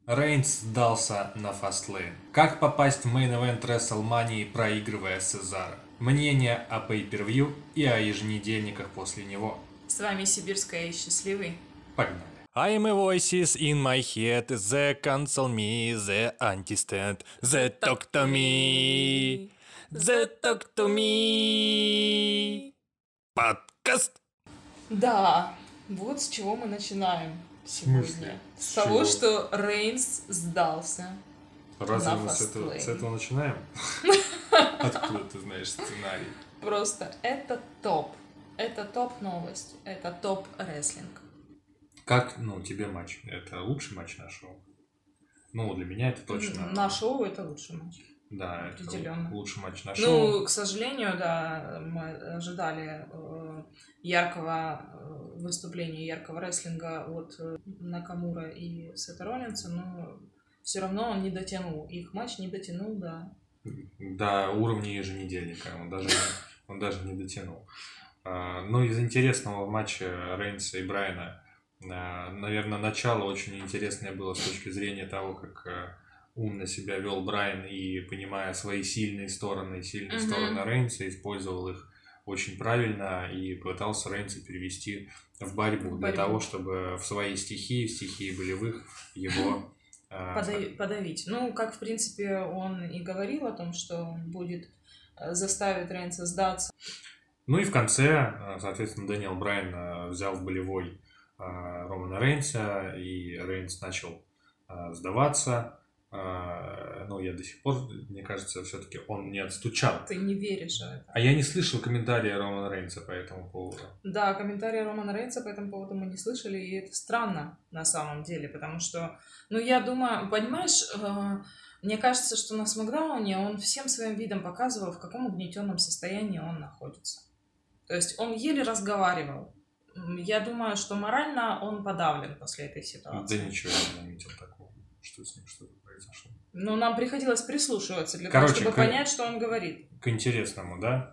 Рейнс сдался на Fastlane. Как попасть в мейн-эвент WrestleMania, проигрывая Сезара? Мнение о pay-per-view и о еженедельниках после него. С вами Сибирская и Счастливый. Погнали. I am a voices in my head, the cancel me, the anti-stand, the talk to me, the talk to me. Подкаст. Да, вот с чего мы начинаем сегодня. смысле? С С того, чего? что Рейнс сдался. Разве На мы с Fastlane. этого начинаем? Откуда ты знаешь сценарий? Просто это топ. Это топ новость. Это топ рестлинг. Как, тебе матч? Это лучший матч на шоу? Для меня это точно. На шоу это лучший матч. Да, Определенно. это лучший матч на шоу. Ну, к сожалению, да, мы ожидали яркого выступления, яркого рестлинга от Накамура и Сета Роллинса, но все равно он не дотянул. Их матч не дотянул До уровня еженедельника. Он даже не дотянул. Из интересного матча Рейнса и Брайана, наверное, начало очень интересное было с точки зрения того, как умно себя вел Брайан и, понимая свои сильные стороны Рейнса, использовал их очень правильно и пытался Рейнса перевести в борьбу для того, чтобы в свои стихии болевых его подавить. Как, в принципе, он и говорил о том, что он будет заставить Рейнса сдаться. И в конце, соответственно, Дэниел Брайан взял в болевой Романа Рейнса, и Рейнс начал сдаваться. Я до сих пор, мне кажется, все-таки он не отстучал. Ты не веришь в это. А я не слышал комментария Романа Рейнса по этому поводу. Да, комментарии Романа Рейнса по этому поводу мы не слышали, и это странно на самом деле, потому что, я думаю, понимаешь, мне кажется, что на Смакдауне он всем своим видом показывал, в каком угнетенном состоянии он находится. То есть он еле разговаривал. Я думаю, что морально он подавлен после этой ситуации. Да ничего, я не заметил такого, что с ним что-то произошло. Нам приходилось прислушиваться для того, чтобы понять, что он говорит. К интересному, да?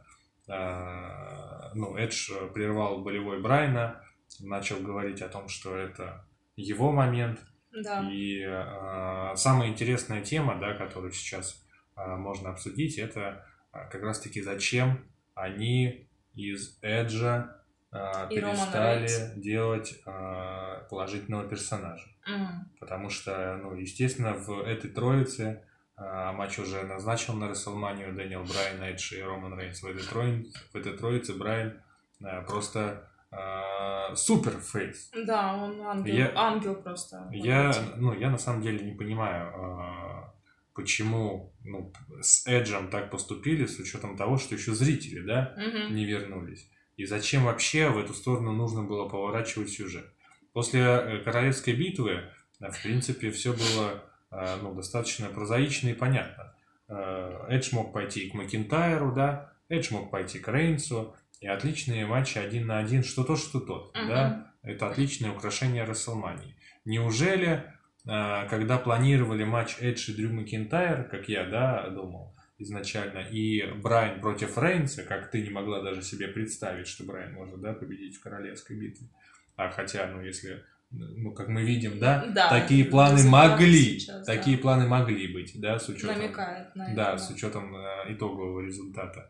Эдж прервал болевой Брайана, начал говорить о том, что это его момент. Да. И самая интересная тема, да, которую сейчас можно обсудить, это как раз-таки зачем они из Эджа перестали делать положительного персонажа. Потому что, естественно, в этой троице матч уже назначил на WrestleMania Дэниел Брайан, Эдж и Роман Рейнс. В этой троице Брайан просто супер фейс. Да, он ангел просто. Я на самом деле не понимаю, почему с Эджем так поступили, с учетом того, что еще зрители, не вернулись. И зачем вообще в эту сторону нужно было поворачивать сюжет. После королевской битвы, в принципе, все было достаточно прозаично и понятно. Эдж мог пойти к Макинтайру, да, Эдж мог пойти к Рейнсу, и отличные матчи 1 на 1, что тот, да, это отличное украшение WrestleMania. Неужели, когда планировали матч Эдж и Дрю Макинтайр, как я, думал изначально, и Брайан против Рейнса, как ты не могла даже себе представить, что Брайан может, победить в королевской битве, хотя, если... как мы видим, такие планы могли, планы могли быть, с учетом, намекает на это, с учетом итогового результата,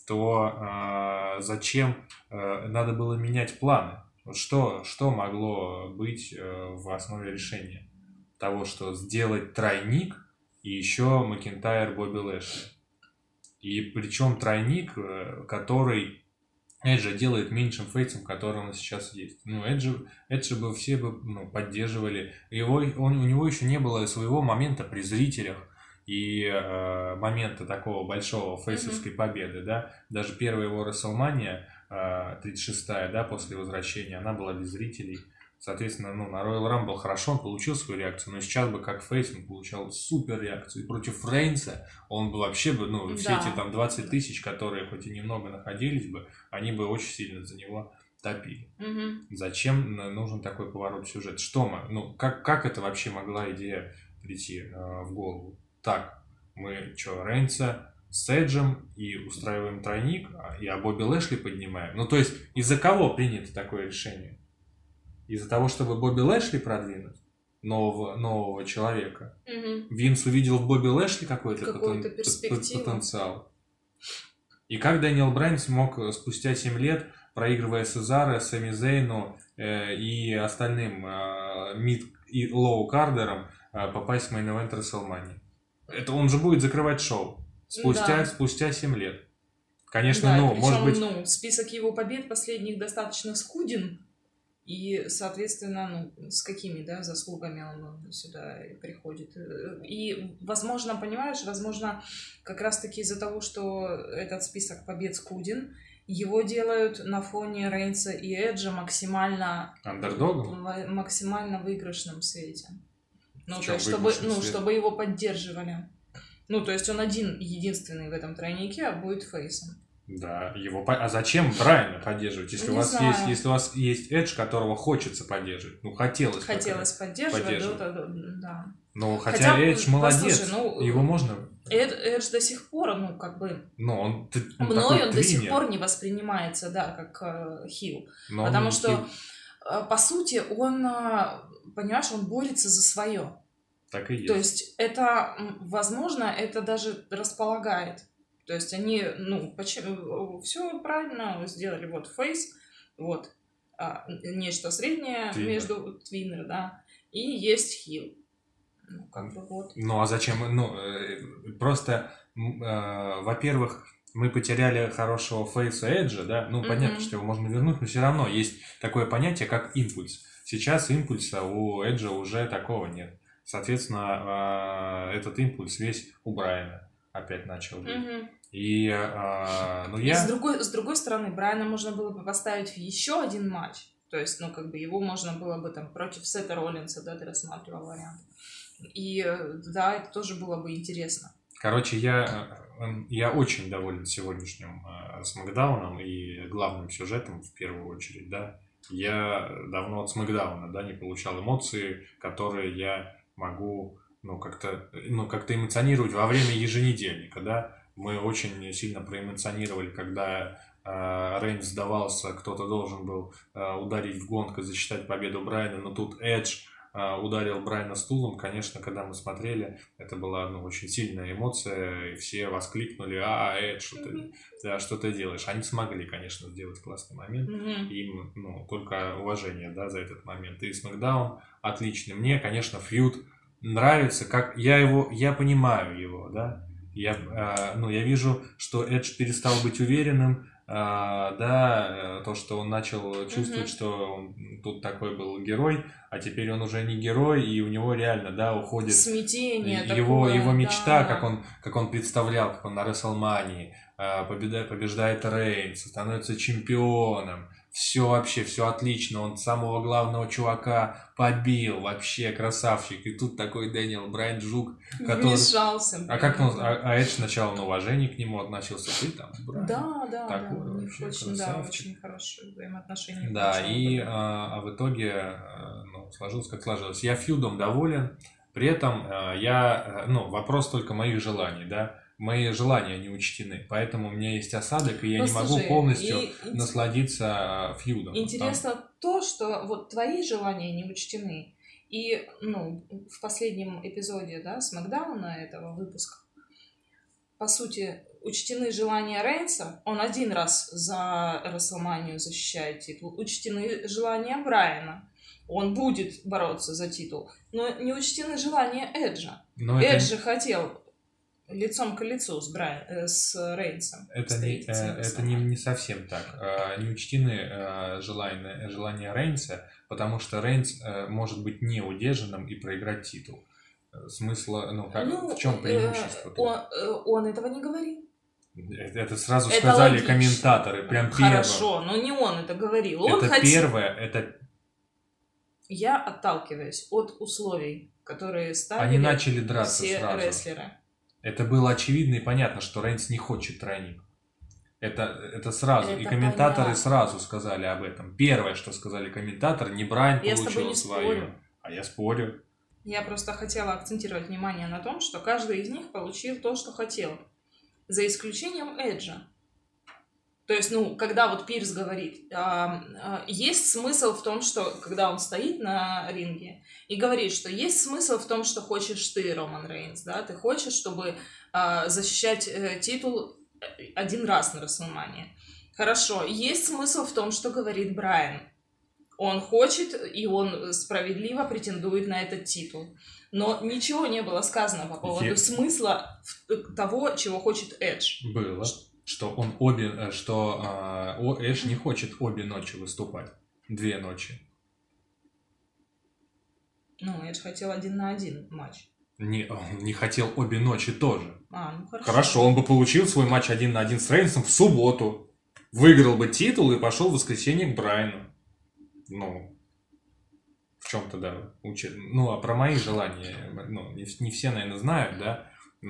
то зачем надо было менять планы? Что могло быть в основе решения того, что сделать тройник и еще Макинтайр, Бобби Лэшли? И причем тройник, который Эджа делает меньшим фейсом, который он сейчас есть. Эджа бы все поддерживали. У него еще не было своего момента при зрителях и момента такого большого фейсовской победы, Даже первая его WrestleMania, 36-я, после возвращения, она была без зрителей. Соответственно, на Royal Rumble хорошо он получил свою реакцию, но сейчас бы как фейс он получал супер реакцию. И против Рейнса он бы вообще все эти 20 тысяч, которые хоть и немного находились бы, они бы очень сильно за него топили. Зачем нужен такой поворот в сюжет? Как это вообще могла идея прийти в голову? Так, мы Рейнса с Эджем и устраиваем тройник, и Бобби Лэшли поднимаем. То есть из-за кого принято такое решение? Из-за того, чтобы Бобби Лэшли продвинуть? нового человека. Мгм. Винс увидел в Бобби Лэшли какой-то Какую-то перспективу. потенциал. И как Дэниел Брyan смог спустя 7 лет, проигрывая Сезаро, Сами Зейну и остальным мид и лоу-кардерам, попасть в мейн-эвент WrestleMania? Это он же будет закрывать шоу Да. спустя 7 лет. Конечно, Да, ну, может быть... причем, список его побед последних достаточно скуден, и, соответственно, с какими, да, заслугами он сюда приходит. И, возможно, понимаешь, возможно, как раз-таки из-за того, что этот список побед скуден, его делают на фоне Рейнса и Эджа максимально выигрышном свете. Ну, то есть, чтобы его поддерживали. Ну, то есть он единственный в этом тройнике, а будет фейсом. Да, а зачем Брайана поддерживать, если у вас есть Эдж, которого хочется поддерживать? Ну, хотелось поддерживать. Да. Ну, хотя Эдж молодец, послушай, его можно... Эдж до сих пор, он до сих пор не воспринимается, да, как хил. Потому что, по сути, он, понимаешь, он борется за свое. Так и есть. То есть это, возможно, это даже располагает. То есть они, все правильно сделали. Вот фейс, вот нечто среднее между твиннер, да, и есть хил. Вот. Ну, а зачем? Просто, во-первых, мы потеряли хорошего фейса Эджа, да, понятно, что его можно вернуть, но все равно есть такое понятие, как импульс. Сейчас импульса у Эджа уже такого нет. Соответственно, этот импульс весь у Брайана опять начал быть. И, с другой стороны, Брайана можно было бы поставить в еще один матч. То есть, его можно было бы там против Сета Роллинса, да, ты рассматривал вариант. И, да, это тоже было бы интересно. Короче, я очень доволен сегодняшним Смэкдауном и главным сюжетом в первую очередь, да. Я давно от Смэкдауна, да, не получал эмоции, которые я могу, как-то эмоционировать во время еженедельника, да. Мы очень сильно проэмоционировали, когда Рейнс сдавался, кто-то должен был ударить в гонг и засчитать победу Брайана, но тут Эдж ударил Брайана стулом. Конечно, когда мы смотрели, это была очень сильная эмоция, и все воскликнули: Эдж, что ты делаешь? Они смогли, конечно, сделать классный момент, им только уважение, да, за этот момент. И Смэкдаун отличный. Мне, конечно, фьюд нравится, как я понимаю его, да. Я вижу, что Эдж перестал быть уверенным, то, что он начал чувствовать, что он тут такой был герой, а теперь он уже не герой, и у него реально, да, уходит смятение его мечта, да. как он представлял, как он на WrestleMania побеждает Рейнса, становится чемпионом. Все отлично, он самого главного чувака побил, вообще красавчик. И тут такой Дэниел Брайан жук, который... Вмешался. Эдж сначала на уважение к нему относился, ты там, Брайан. Да, такой у них очень хорошие взаимоотношения. Да, и в итоге сложилось как сложилось. Я фьюдом доволен, при этом вопрос только моих желаний, да. Мои желания не учтены, поэтому у меня есть осадок, и я не могу полностью насладиться фьюдом. Интересно то, что вот твои желания не учтены, и в последнем эпизоде, да, Смэкдауна этого выпуска, по сути, учтены желания Рейнса, он один раз за WrestleMania защищает титул, учтены желания Брайана, он будет бороться за титул, но не учтены желания Эджа. Эдж же хотел лицом к лицу с Рейнсом. Это не совсем так. Не учтены желания Рейнса, потому что Рейнс может быть неудержанным и проиграть титул. Смысла, в чем преимущество? Он этого не говорил. Это сразу сказали логично. Комментаторы, прям первое. Хорошо, но не он это говорил. Он это первое, Я отталкиваюсь от условий, которые ставили Они начали драться все сразу. рестлеры. Это было очевидно и понятно, что Рейнс не хочет тройник. Это сразу. Это и комментаторы понятно. Сразу сказали об этом. Первое, что сказали комментаторы, не Брайан получил свое. А я спорю. Я просто хотела акцентировать внимание на том, что каждый из них получил то, что хотел. За исключением Эджа. То есть, ну, когда вот Пирс говорит, есть смысл в том, что, когда он стоит на ринге и говорит, что есть смысл в том, что хочешь ты, Роман Рейнс, да, ты хочешь, чтобы защищать титул один раз на Расселмании. Хорошо, есть смысл в том, что говорит Брайан. Он хочет, и он справедливо претендует на этот титул. Но ничего не было сказано по поводу смысла того, чего хочет Эдж. Было, что Эдж не хочет обе ночи выступать. 2 ночи. Ну, Эдж хотел 1 на 1 матч. Он не хотел обе ночи тоже. Ну хорошо. Хорошо, он бы получил свой матч 1 на 1 с Рейнсом в субботу. Выиграл бы титул и пошел в воскресенье к Брайану. Ну, в чем-то, да. А про мои желания, не все, наверное, знают, да.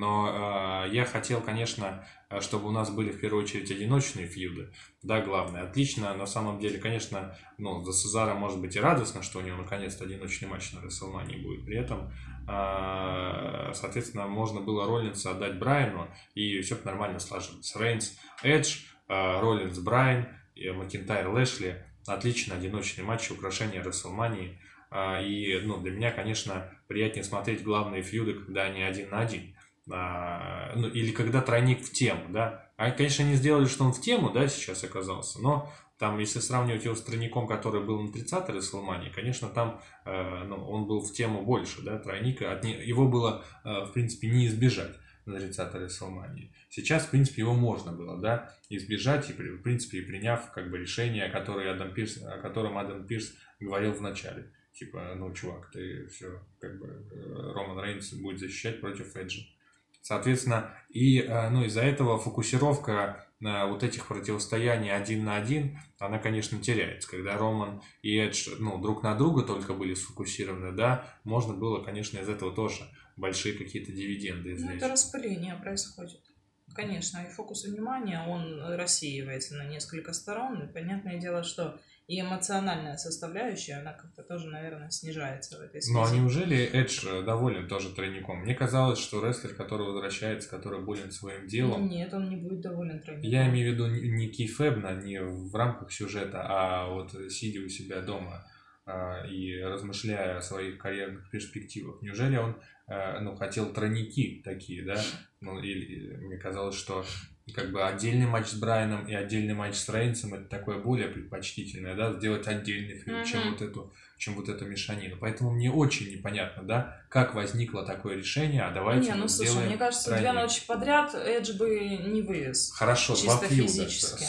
Но я хотел, конечно, чтобы у нас были в первую очередь одиночные фьюды, да, главное. Отлично, на самом деле, конечно, за Сезара может быть и радостно, что у него наконец-то одиночный матч на Расселмании будет. При этом, соответственно, можно было Роллинса отдать Брайану, и все нормально сложилось. Рейнс, Эдж, Роллинс, Брайан, Макинтайр, Лэшли. Отлично, одиночный матч, украшение Расселмании. И для меня, конечно, приятнее смотреть главные фьюды, когда они 1 на 1. Или когда тройник в тему, да. Конечно, они сделали, что он в тему, да, сейчас оказался, но там, если сравнивать его с тройником, который был на 30-й Расселмании, конечно, там он был в тему больше, да, тройника. Его было, в принципе, не избежать на 30-й Расселмании. Сейчас, в принципе, его можно было, да, избежать, и, в принципе, и приняв, как бы, решение, о котором Адам Пирс говорил в начале. Типа, чувак, ты все, как бы, Роман Рейнс будет защищать против Эджа. Соответственно, и из-за этого фокусировка вот этих противостояний 1 на 1, она, конечно, теряется. Когда Роман и Эдж друг на друга только были сфокусированы, да, можно было, конечно, из этого тоже большие какие-то дивиденды извлечь. Это распыление происходит. Конечно, и фокус внимания, он рассеивается на несколько сторон. И понятное дело, что и эмоциональная составляющая, она как-то тоже, наверное, снижается в этой связи. Ну, а неужели Эдж доволен тоже тройником? Мне казалось, что рестлер, который возвращается, который болен своим делом... Нет, он не будет доволен тройником. Я имею в виду не кейфэбно, не в рамках сюжета, а вот сидя у себя дома и размышляя о своих карьерных перспективах. Неужели он хотел тройники такие, да? Или мне казалось, что как бы отдельный матч с Брайаном и отдельный матч с Рейнсом — это такое более предпочтительное, да, сделать отдельный фильм, чем вот эту мешанину. Поэтому мне очень непонятно, да, как возникло такое решение, давайте сделаем слушай, мне кажется, тройник. 2 ночи подряд Эдж бы не вывез. Хорошо, чисто 2 фьюда. Физически.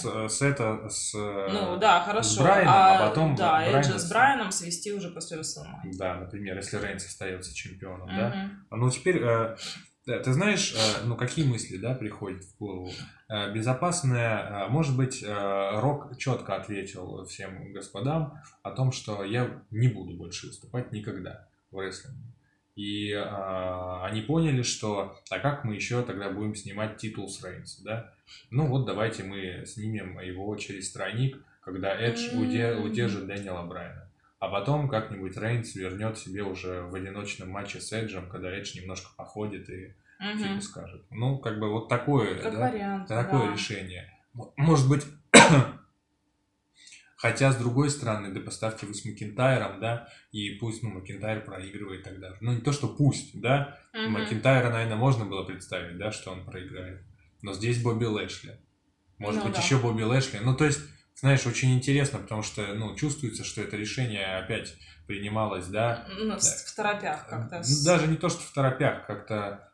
Хорошо. С Брайаном, а потом Эджа с Брайаном свести уже после Расселмании. Да, например, если Рейнс остается чемпионом, да. Теперь... Ты знаешь, какие мысли, да, приходят в голову? Безопасная, может быть, Рок четко ответил всем господам о том, что я не буду больше выступать никогда в рестлинге. И они поняли, что, а как мы еще тогда будем снимать титул с Рейнса, да? Давайте мы снимем его через тройник, когда Эдж удержит Дэниела Брайана. А потом как-нибудь Рейнс вернет себе уже в одиночном матче с Эджем, когда Эдж немножко походит и типа скажет. Вот такое, как вариант, такое решение. Может быть, хотя, с другой стороны, да поставьте вы с Макинтайром, да, и пусть, Макинтайр проигрывает тогда. Не то, что пусть, да, Макинтайра, наверное, можно было представить, да, что он проиграет. Но здесь Бобби Лэшли. Может быть, еще Бобби Лэшли. То есть, знаешь, очень интересно, потому что, чувствуется, что это решение опять принималось, да. В торопях как-то. Даже не то, что в торопях, как-то,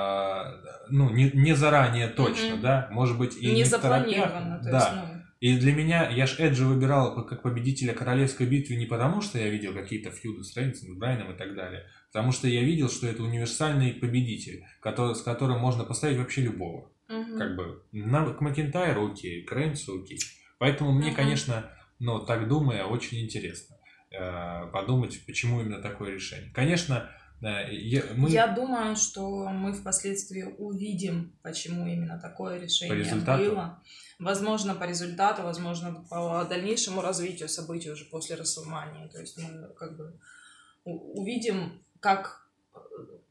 не заранее точно, да. Может быть, и не запланировано, в торопях. Да. И для меня, я ж Эджа выбирал как победителя королевской битвы не потому, что я видел какие-то фьюды с Рейнсом, с Брайаном и так далее. Потому что я видел, что это универсальный победитель, с которым можно поставить вообще любого. Как бы, к Макинтайру окей, к Рейнсу окей. Поэтому мне, конечно, так думая, очень интересно подумать, почему именно такое решение. Конечно, Я думаю, что мы впоследствии увидим, почему именно такое решение было. Возможно, по результату, возможно, по дальнейшему развитию событий уже после Расселмании. То есть мы как бы увидим, как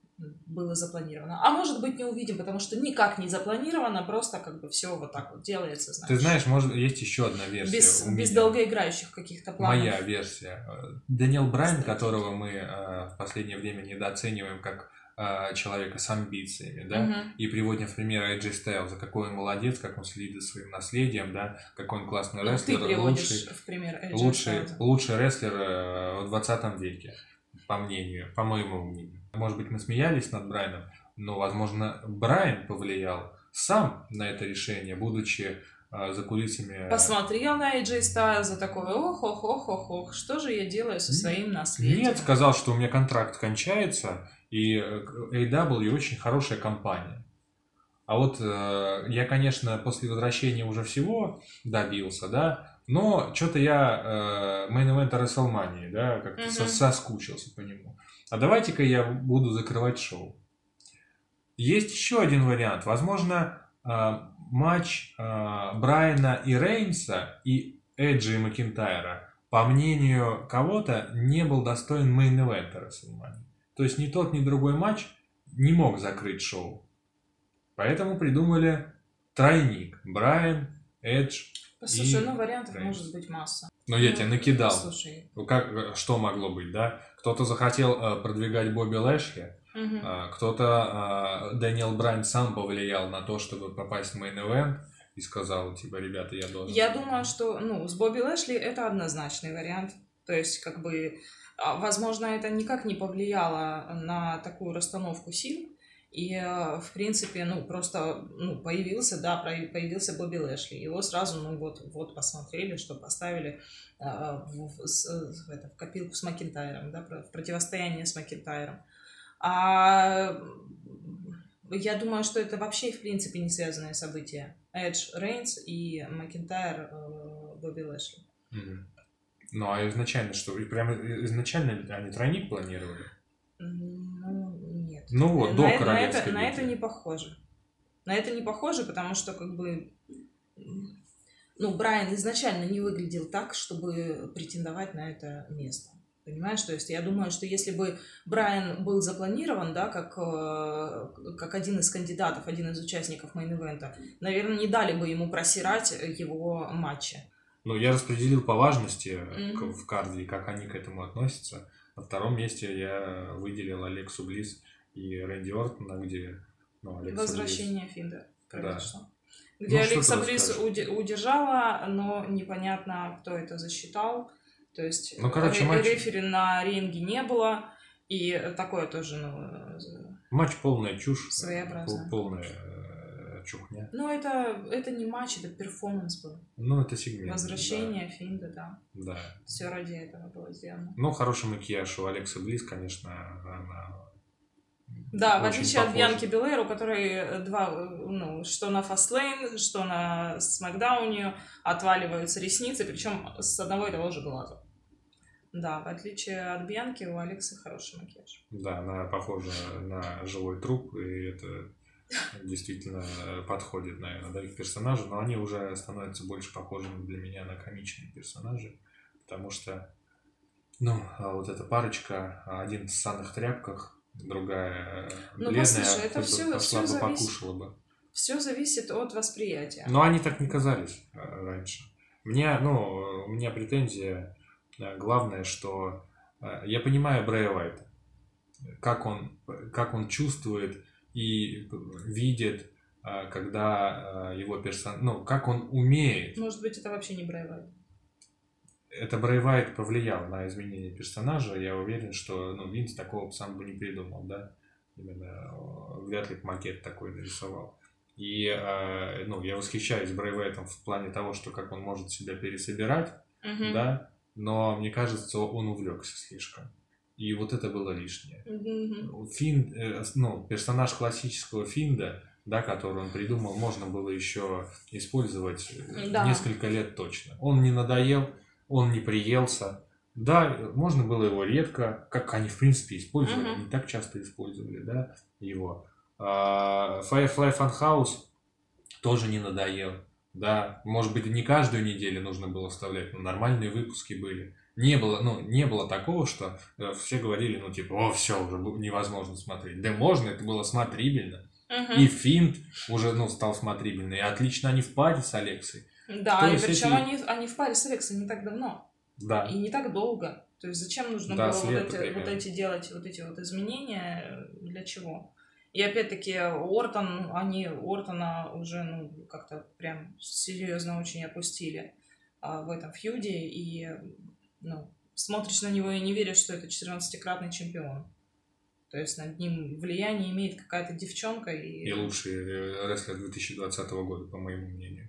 было запланировано. А может быть, не увидим, потому что никак не запланировано, просто как бы все вот так вот делается, Ты знаешь. знаешь, может, есть еще одна версия Без, у без меня. долгоиграющих каких-то планов. Моя версия. Дэниел Брайан, Стратегии. которого мы в последнее время недооцениваем как человека с амбициями, да, Мгм. и приводим в пример AJ Styles, какой он молодец, как он следит за своим наследием, да, какой он классный Ну, ты рестлер, приводишь в пример AJ Styles. лучший рестлер в 20 веке, по моему мнению. Может быть, мы смеялись над Брайаном, но, возможно, Брайан повлиял сам на это решение, будучи за кулисами... Посмотрел на AJ Styles, такой, ох, что же я делаю со своим наследием? Нет, сказал, что у меня контракт кончается, и AEW очень хорошая компания. А вот я, конечно, после возвращения уже всего добился, да, но что-то я мейн-эвента WrestleMania, да, как-то соскучился по нему. А давайте-ка я буду закрывать шоу. Есть еще один вариант. Возможно, матч Брайана и Рейнса и Эджи и Макинтайра, по мнению кого-то, не был достоин мейн-эвента WrestleMania. То есть ни тот, ни другой матч не мог закрыть шоу. Поэтому придумали тройник. Брайан, Эдж Слушай, и вариантов Рейнс. может быть масса. Но я тебя накидал. Слушай. Что могло быть, да? Кто-то захотел продвигать Бобби Лэшли, кто-то, Дэниел Брайан сам повлиял на то, чтобы попасть в мейн-эвент и сказал, типа, ребята, я должен... Я думаю, что, с Бобби Лэшли это однозначный вариант. То есть, как бы, возможно, это никак не повлияло на такую расстановку сил. И, в принципе, просто, появился Бобби Лэшли. Его сразу, вот посмотрели, что поставили в копилку с Макинтайром, да, в противостояние с Макинтайром. А я думаю, что это вообще, в принципе, не связанные события. Эдж, Рейнс и Макинтайр, Бобби Лэшли. Ну, а изначально что? И прямо изначально они тройник планировали? Нет. Ну вот, до королевской битвы. На это не похоже. На это не похоже, потому что, как бы, Брайан изначально не выглядел так, чтобы претендовать на это место. Понимаешь, то есть я думаю, что если бы Брайан был запланирован, да, как один из кандидатов, один из участников мейн-эвента, наверное, не дали бы ему просирать его матчи. Ну, я распределил по важности в карде, как они к этому относятся. На втором месте я выделил Алексу Блисс и Рэнди Ортона, где... Возвращение Финда произошло. Да. Где Алекса Блисс удержала, но непонятно, кто это засчитал. То есть рефери на ринге не было, и такое тоже, матч полная чушь, своеобразная. Полная чухня. Но это не матч, это перформанс был. Это сегмент. Возвращение Финда, да. Да. Все ради этого было сделано. Хороший макияж у Алексы Блисс, конечно, она... Да, в отличие от Бьянки Белэр, у которой что на Fastlane, что на Смакдауне отваливаются ресницы, причем с одного и того же глаза. Да, в отличие от Бьянки, у Алексы хороший макияж. Да, она похожа на живой труп, и это действительно подходит, наверное, да, их персонажу, но они уже становятся больше похожими для меня на комичные персонажи, потому что, вот эта парочка, один в ссаных тряпках, другая бледная, послушай, это пошла бы, покушала бы. Все зависит от восприятия. Но они так не казались раньше. У меня претензия, главное, что я понимаю Брэя Уайта, как он чувствует и видит, когда его персонаж, как он умеет. Может быть, это вообще не Брэй Уайт. Это Брэй Уайт повлиял на изменение персонажа. Я уверен, что Винс такого сам бы не придумал, да. Именно вряд ли макет такой нарисовал. И я восхищаюсь Брэй Уайтом в плане того, что как он может себя пересобирать, да. Но мне кажется, он увлекся слишком. И вот это было лишнее. Финд, персонаж классического Финда, да, который он придумал, можно было еще использовать несколько лет точно. Он не надоел, он не приелся. Да, можно было его редко, как они в принципе использовали, не так часто использовали, да, его. Firefly Funhouse тоже не надоел. Да, может быть, не каждую неделю нужно было вставлять, но нормальные выпуски были. не было такого, что все говорили, ну, типа, о, все, уже невозможно смотреть. Да можно, это было смотрибельно. И Финт уже, ну, стал смотрибельный. И отлично они в паре с Алексой. Да, и причем они в паре с Алексой не так давно. Да. И не так долго. То есть зачем нужно было вот эти делать вот эти вот изменения? Для чего? И опять-таки Ортона уже, ну, как-то прям серьезно очень опустили в этом фьюде. И, ну, смотришь на него и не веришь, что это 14-кратный чемпион. То есть над ним влияние имеет какая-то девчонка. И лучший рестлер 2020 года, по моему мнению.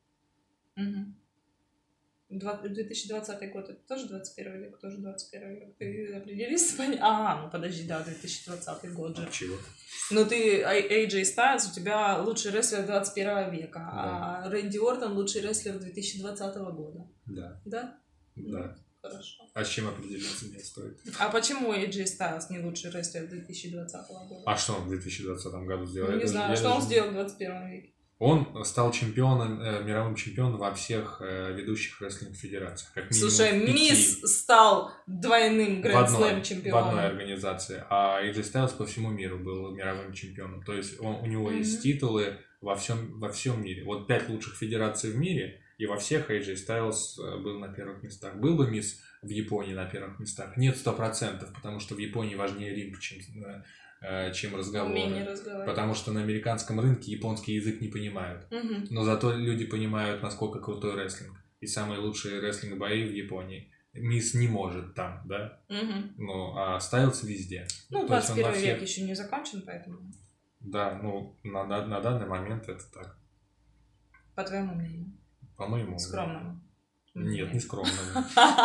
2020 год, это тоже 21 век, тоже 21 век. Ты определись? Ну подожди, да, 2020 год же. Чего? Ну ты AJ Styles, у тебя лучший рестлер 21 века, да. А Рэнди Ортон лучший рестлер 2020 года. Да. Да? Да. Хорошо. А с чем определиться не стоит? А почему AJ Styles не лучший рестлер 2020 года? А что он в 2020 году сделал? Ну, не знаю, что он сделал в 21 веке. Он стал мировым чемпионом во всех ведущих рестлинг-федерациях. Как минимум. Слушай, Мисс стал двойным гранд-слэм чемпионом. В одной организации. А AJ Styles по всему миру был мировым чемпионом. То есть у него есть титулы во всем мире. Вот 5 лучших федераций в мире, и во всех AJ Styles был на первых местах. Был бы Мисс в Японии на первых местах? Нет, 100%, потому что в Японии важнее ринг, чем разговоры. Потому что на американском рынке японский язык не понимают. Но зато люди понимают, насколько крутой рестлинг. И самые лучшие рестлинг-бои в Японии. Мисс не может там, да? Ну, а Стайлз везде. Ну, 21 век еще не закончен, поэтому... Да, ну, на данный момент это так. По твоему мнению? По моему. Скромному? Нет, не скромному.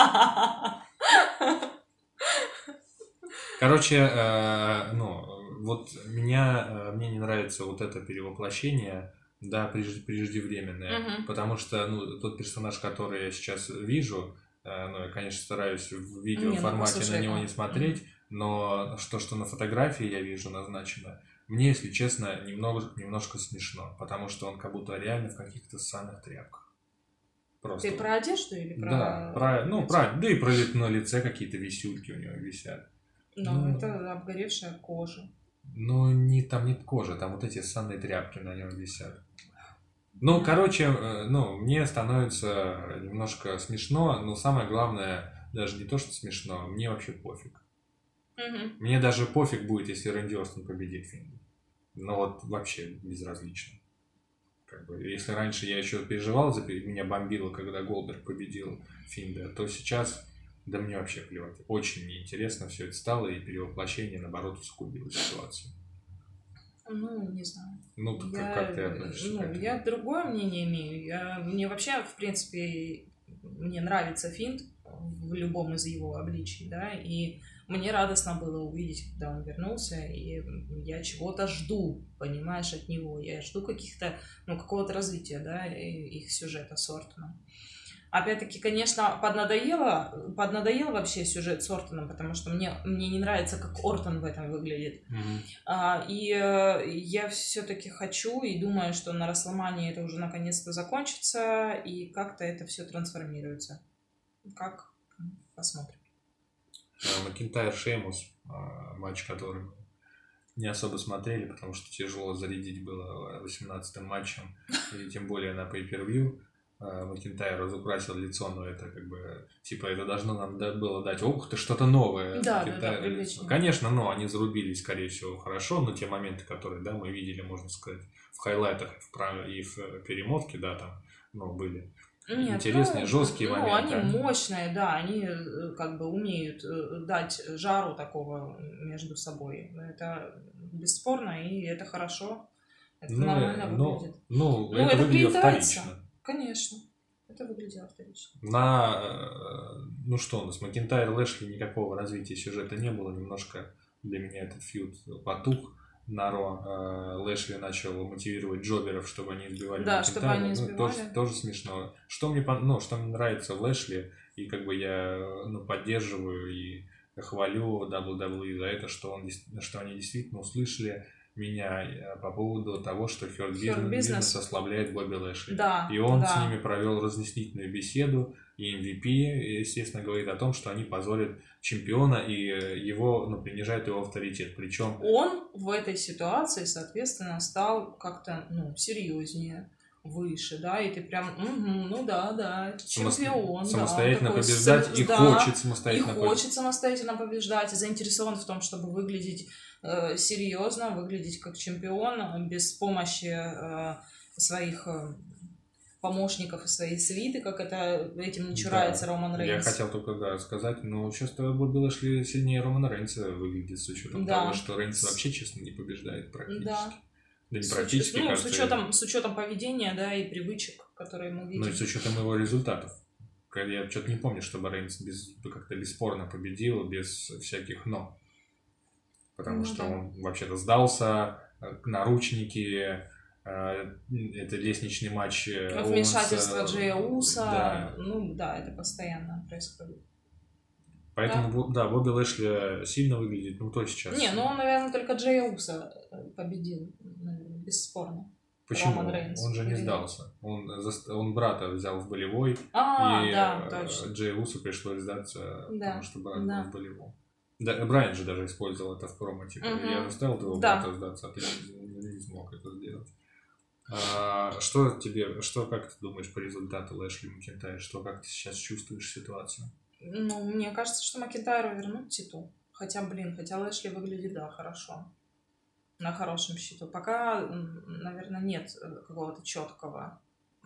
Короче, вот мне не нравится вот это перевоплощение, да, преждевременное, потому что, ну, тот персонаж, который я сейчас вижу, я, конечно, стараюсь в видеоформате на него не смотреть, но что на фотографии я вижу назначено, мне, если честно, немножко смешно, потому что он как будто реально в каких-то ссаных тряпках. Просто. Ты про одежду или про... Да, да и про на лице какие-то висюльки у него висят. Ну, это обгоревшая кожа. Ну, там нет кожи, там вот эти ссаные тряпки на нем висят. Ну, короче, мне становится немножко смешно, но самое главное, даже не то, что смешно, мне вообще пофиг. Мне даже пофиг будет, если Рэнди Ортон победит Финда. Но вот вообще безразлично. Как бы, если раньше я еще переживал, меня бомбило, когда Голдберг победил Финда, то сейчас... Да мне вообще плевать. Очень неинтересно все это стало, и перевоплощение, наоборот, усугубило ситуацию. Ну, не знаю. Ну, как ты относишься? Я другое мнение имею. Мне вообще, в принципе, мне нравится Финт в любом из его обличий, да, и мне радостно было увидеть, когда он вернулся, и я чего-то жду, понимаешь, от него. Я жду какого-то развития, да, их сюжета с Ортоном. Опять-таки, конечно, поднадоел вообще сюжет с Ортоном, потому что мне не нравится, как Ортон в этом выглядит. И я все-таки хочу и думаю, что на Расселмании это уже наконец-то закончится, и как-то это все трансформируется. Как? Посмотрим. Макинтайр Шеймус, матч, который мы не особо смотрели, потому что тяжело зарядить было 18-м матчем, и тем более на pay-per-view. Макинтайр разукрасил лицо, но это как бы, типа, это должно нам было дать, ух ты, что-то новое. Да, конечно, но они зарубились, скорее всего, хорошо, но те моменты, которые, да, мы видели, можно сказать, в хайлайтах и в перемотке, да, там, были интересные, жесткие моменты. Они мощные, да, они как бы умеют дать жару такого между собой. Это бесспорно, и это хорошо. Это нормально выглядит. Это выглядит вторично. Конечно, это выглядело вторично. С Макинтайр Лэшли никакого развития сюжета не было. Немножко для меня этот фьюд потух. На Ро Лэшли начал мотивировать джоберов, чтобы они избивали Макинтайра. Да, чтобы они избивали. Тоже смешно. Что мне нравится в Лэшли, и как бы я поддерживаю и хвалю WWE за это, что они действительно услышали меня по поводу того, что Hurt Hurt Business Business. ослабляет Бобби Лэшли. Да, И он с да. ними провел разъяснительную беседу, и MVP, естественно, говорит о том, что они позорят чемпиона и его, ну, принижают его авторитет. Причем Он в этой ситуации, соответственно, стал как-то, ну, серьезнее, выше, да, и ты прям, ну да, чемпион, самостоятельно да, побеждать и да, хочет самостоятельно и хочет самостоятельно побеждать, и заинтересован в том, чтобы выглядеть серьезно, выглядеть как чемпион, без помощи своих помощников и своей свиты, как это этим не чурается Роман Рейнс. Я хотел только сказать, но часто Бобби Лэшли сильнее Романа Рейнса выглядит с учетом того, что Рейнс вообще, честно, не побеждает практически. Да не практически, ну, кажется. с учетом поведения, да, и привычек, которые мы видим. Ну и с учетом его результатов. Я что-то не помню, чтобы Рейнс как-то бесспорно победил, без всяких «но». Потому что он вообще-то сдался, наручники, это лестничный матч вмешательство Джея Уса, это постоянно происходит. Поэтому, Бобби Лэшли сильно выглядит, то сейчас. Не, он, наверное, только Джея Уса победил, наверное, бесспорно. Почему? Он же не сдался. Он брата взял в болевой, точно. Джею Усу пришлось сдаться, потому что брат был в болевом. Да, Брайан же даже использовал это в промо, типа, я заставил твоего брата сдаться, а ты не смог это сделать. Как ты думаешь по результату Лэшли Макентайр? Как ты сейчас чувствуешь ситуацию? Ну, мне кажется, что Макентайру вернут титул. Хотя Лэшли выглядит, хорошо. На хорошем счету. Пока, наверное, нет какого-то четкого.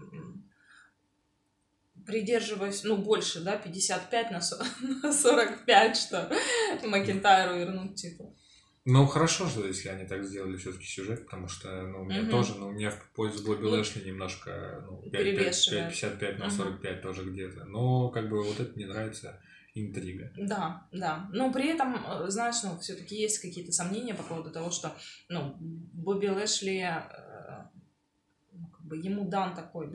Придерживаюсь, больше, 55 на 45, что Макентайру вернут титул. Ну, хорошо же, если они так сделали все-таки сюжет, потому что, у меня тоже, у меня в пользу Бобби Лэшли немножко, 55 на 45 тоже где-то. Но, вот это мне нравится интрига. Да. Но при этом, знаешь, все-таки есть какие-то сомнения по поводу того, что, Бобби Лэшли, ему дан такой,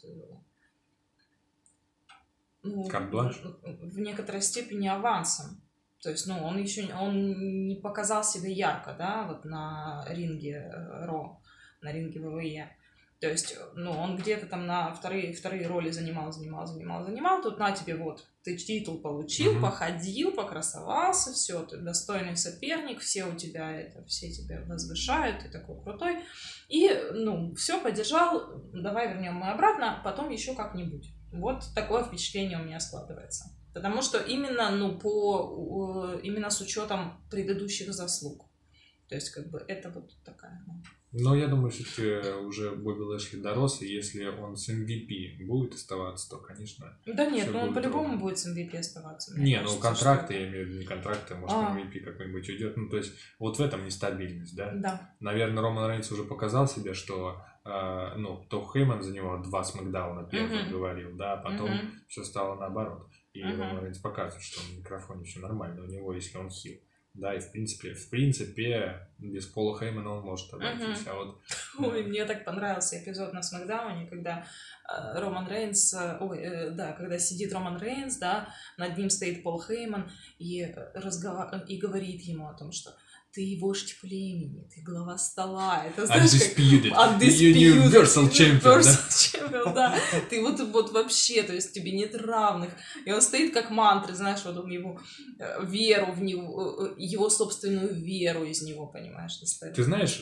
карт-бланш? В некоторой степени авансом. То есть, он не показал себя ярко, на ринге Ро, на ринге ВВЕ. То есть, он где-то там на вторые роли занимал. Тут на тебе, ты титул получил, походил, покрасовался, все, ты достойный соперник, все тебя возвышают, ты такой крутой. И, все, поддержал, давай вернем мы обратно, потом еще как-нибудь. Вот такое впечатление у меня складывается. Потому что именно, именно с учетом предыдущих заслуг. То есть, это такая... Но я думаю, все-таки уже Бобби Лэшли дорос, и если он с MVP будет оставаться, то, конечно... Да нет, он по-любому будет с MVP оставаться. Контракты, я имею в виду не контракты, может, MVP какой-нибудь уйдет. То есть, в этом нестабильность, да? Да. Наверное, Роман Рейнс уже показал себе, что, то Хейман за него 2 смэкдауна первых говорил, да, а потом все стало наоборот. И Роман Рейнс показывает, что на микрофоне все нормально у него, если он хил. Да, и в принципе, без Пола Хеймана он может обойтись. Ой, мне так понравился эпизод на Смакдауне, когда Роман Рейнс, когда сидит Роман Рейнс, над ним стоит Пол Хейман и говорит ему о том, что ты вождь племени, ты глава стола, это, знаешь, Undisputed. Universal Champion, да. Ты вообще, то есть тебе нет равных. И он стоит как мантры, знаешь, он его веру в него, его собственную веру из него, понимаешь, достает. Ты знаешь,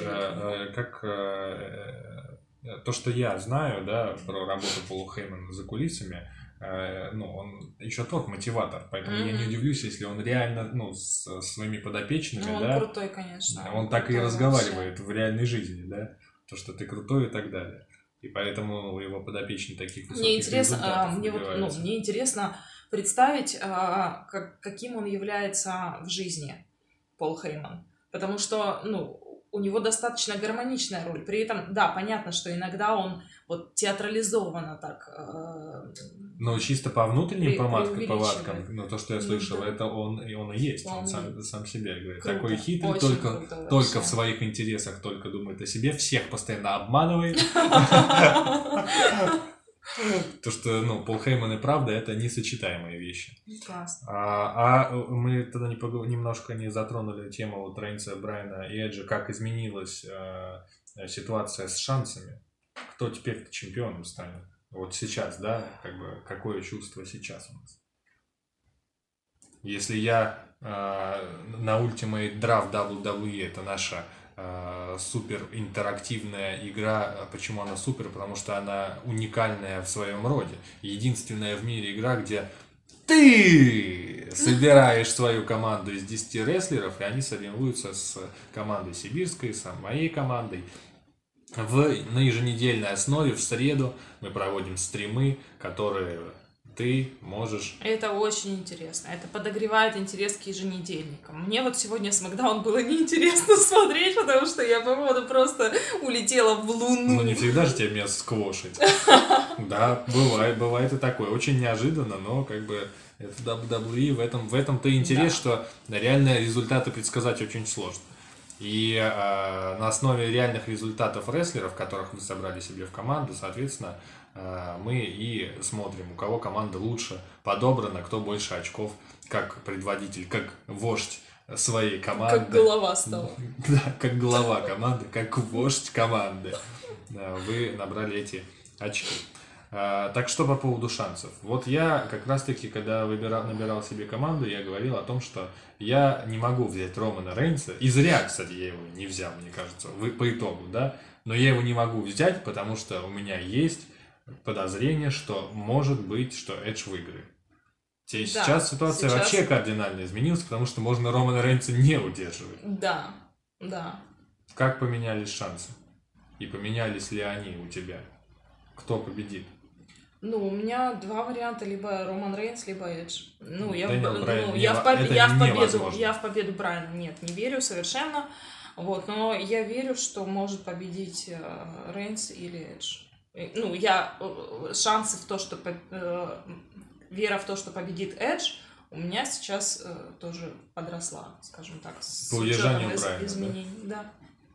то, что я знаю, про работу Пола Хеймана за кулисами, он еще тот мотиватор, поэтому я не удивлюсь, если он реально, с своими подопечными, он крутой, конечно. Он так и разговаривает в реальной жизни, то, что ты крутой и так далее. И поэтому его подопечные таких высоких результатов добиваются. Мне интересно представить, каким он является в жизни, Пол Хейман. Потому что, у него достаточно гармоничная роль. При этом, да, понятно, что иногда он театрализованно так... чисто по внутренним повадкам, то, что я слышал, это он и есть. Он сам себе говорит. Круто. Такой хитрый, только в своих интересах, только думает о себе, всех постоянно обманывает. То, что, ну, Пол Хейман и правда — это несочетаемые вещи. Классно. Мы тогда немножко не затронули тему вот Рейнса, Брайана и Эджа, как изменилась ситуация с шансами. Кто теперь чемпионом станет? Вот сейчас, да, как бы, какое чувство сейчас у нас? Если я на Ultimate Draft WWE, это наша супер интерактивная игра. Почему она супер? Потому что она уникальная в своем роде. Единственная в мире игра, где ты собираешь свою команду из 10 рестлеров, и они соревнуются с командой сибирской, с моей командой. На еженедельной основе в среду мы проводим стримы, которые ты можешь... Это очень интересно. Это подогревает интерес к еженедельникам. Мне вот сегодня Смакдаун было неинтересно смотреть, потому что я, по-моему, просто улетела в луну. Ну, не всегда же тебе место сквошить. Да, бывает и такое. Очень неожиданно, но как бы это WWE, в этом-то и интерес, что реально результаты предсказать очень сложно. И на основе реальных результатов рестлеров, которых вы собрали себе в команду, соответственно, мы и смотрим, у кого команда лучше подобрана, кто больше очков, как предводитель, как вождь своей команды. Как голова стала. Да, как глава команды, как вождь команды. Вы набрали эти очки. Так что по поводу шансов. Вот я как раз таки, когда набирал себе команду, я говорил о том, что я не могу взять Романа Рейнса. И зря, кстати, я его не взял, мне кажется, по итогу, да. Но я его не могу взять, потому что у меня есть подозрение, что может быть, что Эдж выиграет. Сейчас ситуация вообще кардинально изменилась, потому что можно Романа Рейнса не удерживать. Да, да. Как поменялись шансы? И поменялись ли они у тебя? Кто победит? Ну, у меня два варианта: либо Роман Рейнс, либо Эдж. Я в победу Брайана нет, не верю совершенно. Вот, но я верю, что может победить Рейнс или Эдж. Шансы в то, что вера в то, что победит Эдж, у меня сейчас тоже подросла, скажем так, с учетом изменений. Да?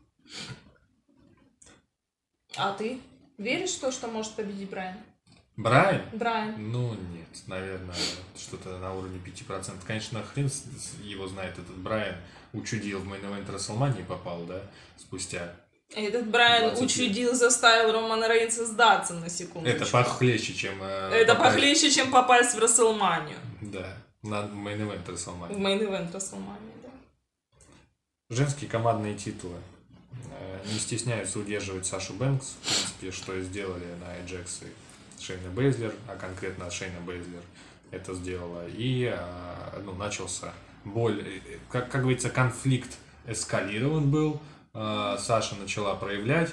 А ты веришь в то, что может победить Брайан? Брайан? Брайан. Ну, нет, наверное, что-то на уровне 5%. Конечно, хрен его знает, этот Брайан учудил в мейн-эвент WrestleMania, попал, да, спустя. Этот Брайан учудил, заставил Романа Рейнса сдаться на секундочку. Это похлеще, чем... похлеще, чем попасть в WrestleMania. Да, на мейн-эвент WrestleMania. В мейн-эвент WrestleMania, да. Женские командные титулы. Не стесняются удерживать Сашу Бэнкс, в принципе, что и сделали на Эджекс и Шейна Бейзлер, а конкретно Шейна Бейзлер это сделала. И начался как говорится, конфликт эскалирован был. Саша начала проявлять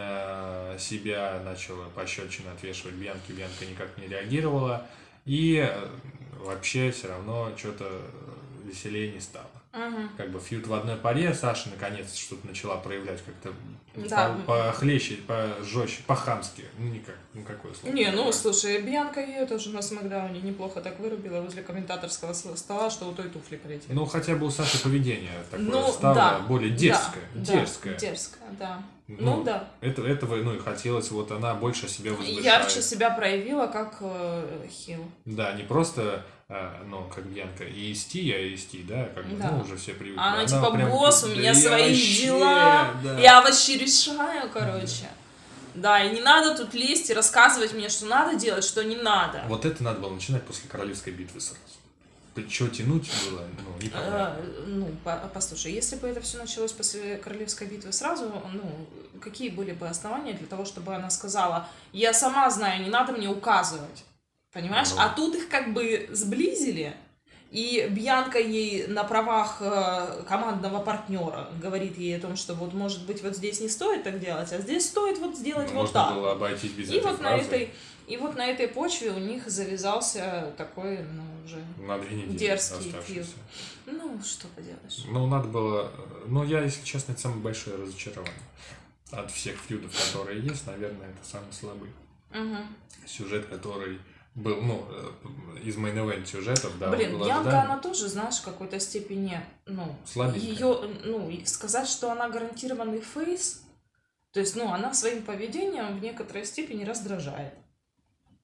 себя, начала пощечины отвешивать Бьянке, Бьянка никак не реагировала. И вообще все равно что-то веселее не стало. Как бы фьюд в одной паре, Саша наконец что-то начала проявлять как-то похлеще, пожестче, по-хамски. Никакое слово. Слушай, Бьянка ее тоже на Смакдауне неплохо так вырубила возле комментаторского стола, что у той туфли полетели. Ну, хотя бы у Саши поведение такое стало более дерзкое. Дерзкое, да. Этого, и хотелось, вот она больше себя возвышает. Ярче себя проявила, как хил. Да, не просто, как Бьянка, и исти, я исти, да, уже все привыкли. Она типа, босс, у меня свои дела, я вообще решаю, короче. Да, и не надо тут лезть и рассказывать мне, что надо делать, что не надо. Вот это надо было начинать после королевской битвы сразу. Что тянуть было, непонятно. Послушай, если бы это все началось после королевской битвы сразу, какие были бы основания для того, чтобы она сказала: я сама знаю, не надо мне указывать, понимаешь? А тут их как бы сблизили, и Бьянка ей на правах командного партнера говорит ей о том, что вот, может быть, вот здесь не стоит так делать, а здесь стоит вот сделать вот так. Можно было обойтись без этой фразы. И вот на этой почве у них завязался такой, уже дерзкий фьюд. Что поделаешь. Надо было... я, если честно, это самое большое разочарование. От всех фьюдов, которые есть, наверное, это самый слабый. Сюжет, который был, из мейн-эвент сюжетов, да. Бьянка, она тоже, знаешь, в какой-то степени, слабенькая. Сказать, что она гарантированный фейс, то есть, она своим поведением в некоторой степени раздражает.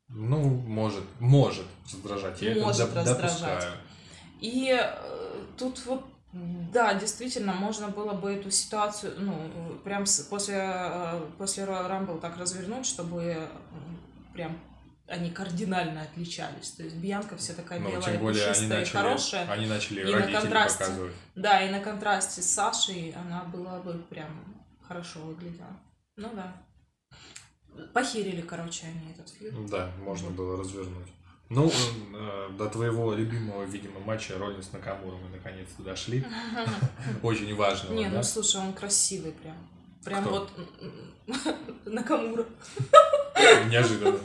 Ну, может раздражать, я Может это раздражать. допускаю. И тут вот, да, действительно, можно было бы эту ситуацию, ну, прям после Royal Rumble так развернуть, чтобы прям они кардинально отличались. То есть Бьянка вся такая Ну, белая, тем более пушистая и хорошая. они начали И на родителей контрасте, показывать. да, и на контрасте с Сашей она была бы прям хорошо выглядела. Ну да. Похерили, короче, они этот фьюд. Да, можно было развернуть. Ну, до твоего любимого, видимо, матча Роллинс Накамура мы наконец-то дошли. Очень важного, Не, да? ну слушай, он красивый прям. Прям Кто? вот Накамура. Неожиданно.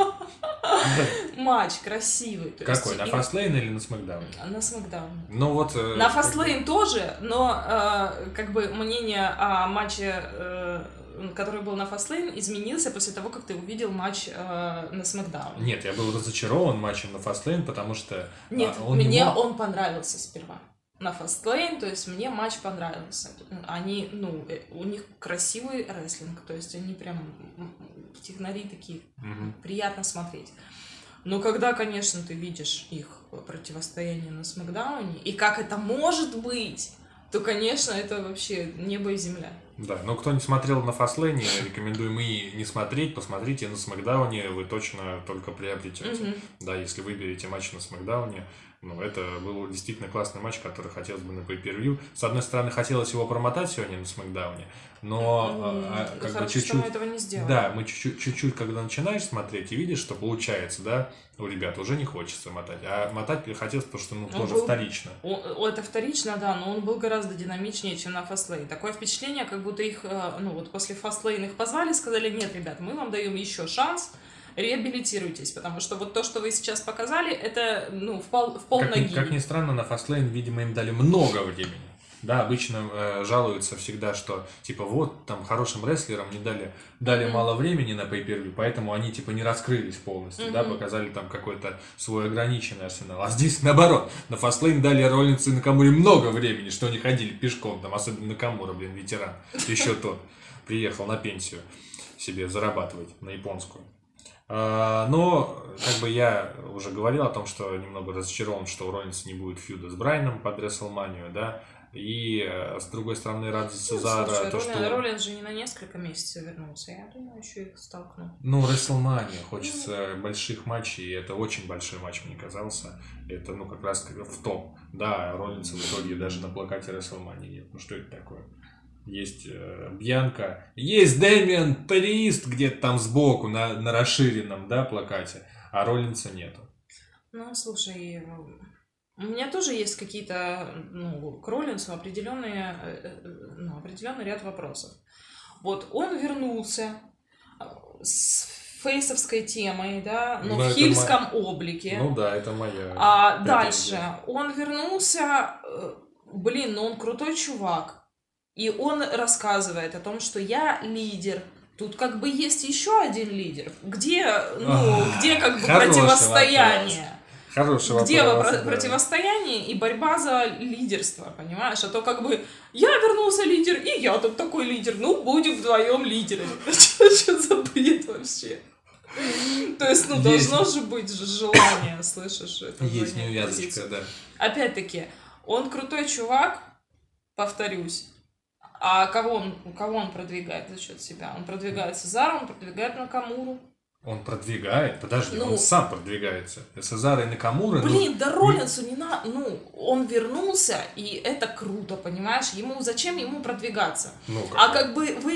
Матч красивый. То есть Какой? На и- Fastlane или на Смакдауне? На Смакдаун. Ну вот... На Fastlane тоже, но как бы мнение о матче, который был на Fastlane, изменился после того, как ты увидел матч на Смакдауне. Нет, я был разочарован матчем на Fastlane, потому что Нет, он не мне мог... он понравился сперва. На Fastlane, то есть мне матч понравился. Они, ну, у них красивый рестлинг, то есть они прям технари такие, Мгм. приятно смотреть. Но когда, конечно, ты видишь их противостояние на Смакдауне, и как это может быть, то, конечно, это вообще небо и земля. Да, но кто не смотрел на Fastlane, рекомендуем и не смотреть, посмотрите на Смакдауне, вы точно только приобретете. Мгм. Да, если выберете матч на Смакдауне, ну, это был действительно классный матч, который хотелось бы на pay-per-view. С одной стороны, хотелось его промотать сегодня на Смакдауне, но как бы Хорошо, что чуть-чуть... мы этого не сделали. Да, мы чуть-чуть, когда начинаешь смотреть и видишь, что получается, да, у ребят уже не хочется мотать. А мотать хотелось, потому что, ну, тоже был- вторично. Это вторично, да, но он был гораздо динамичнее, чем на Fastlane. Такое впечатление, как будто их, ну вот после Fastlane их позвали, сказали: нет, ребят, мы вам даем еще шанс, реабилитируйтесь, потому что вот то, что вы сейчас показали, это, ну, в полноги. Как ни странно, на Fastlane, видимо, им дали много времени. Да, обычно жалуются всегда, что типа вот там хорошим рестлерам не дали мало времени на pay-per-view, поэтому они типа не раскрылись полностью, да, показали там какой-то свой ограниченный арсенал. А здесь наоборот, на Fastlane дали Роллинсу и Накамуре много времени, что они ходили пешком, там, особенно Накамура, блин, ветеран, еще тот, приехал на пенсию себе зарабатывать на японскую. Но, как бы я уже говорил о том, что немного разочарован, что у Роллинса не будет фьюда с Брайаном под WrestleMania, да, и с другой стороны рад за Сезара, Слушай, то, что... Роллинс же не на несколько месяцев вернулся, я думаю, еще их столкну. Ну, WrestleMania, хочется больших матчей, и это очень большой матч, мне казался. Это, ну, как раз в топ. Да, Роллинса в итоге даже на плакате WrestleMania нет. Ну, что это такое? Есть Бьянка, есть Дэмиан Прист где-то там сбоку на расширенном, да, плакате, а Роллинса нету. Ну, слушай, у меня тоже есть какие-то, ну, к Роллинсу определенный ряд вопросов. Вот он вернулся с фейсовской темой, да, но Ну, в это хильском облике. Ну да, это моя А претензия. дальше он вернулся, блин, ну он крутой чувак. И он рассказывает о том, что я лидер. Тут как бы есть еще один лидер. Где как бы Хороший противостояние? Хороший Где вопрос, да. противостояние и борьба за лидерство, понимаешь? А то как бы я вернулся лидер, и я тут такой лидер. Ну, будем вдвоем лидерами. Что за бред вообще? То есть, ну, Есть. должно же быть желание, слышишь? это Есть занять неувязочка, позицию. да. Опять-таки, он крутой чувак, повторюсь. А кого он продвигает за счет себя? Он продвигает Сезара, он продвигает Накамуру. Он продвигает, подожди, Ну, он сам продвигается. Сезара и Накамура, Блин, да Роллинсу не надо, ну, он вернулся, и это круто, понимаешь? Зачем ему продвигаться? ну, А как бы во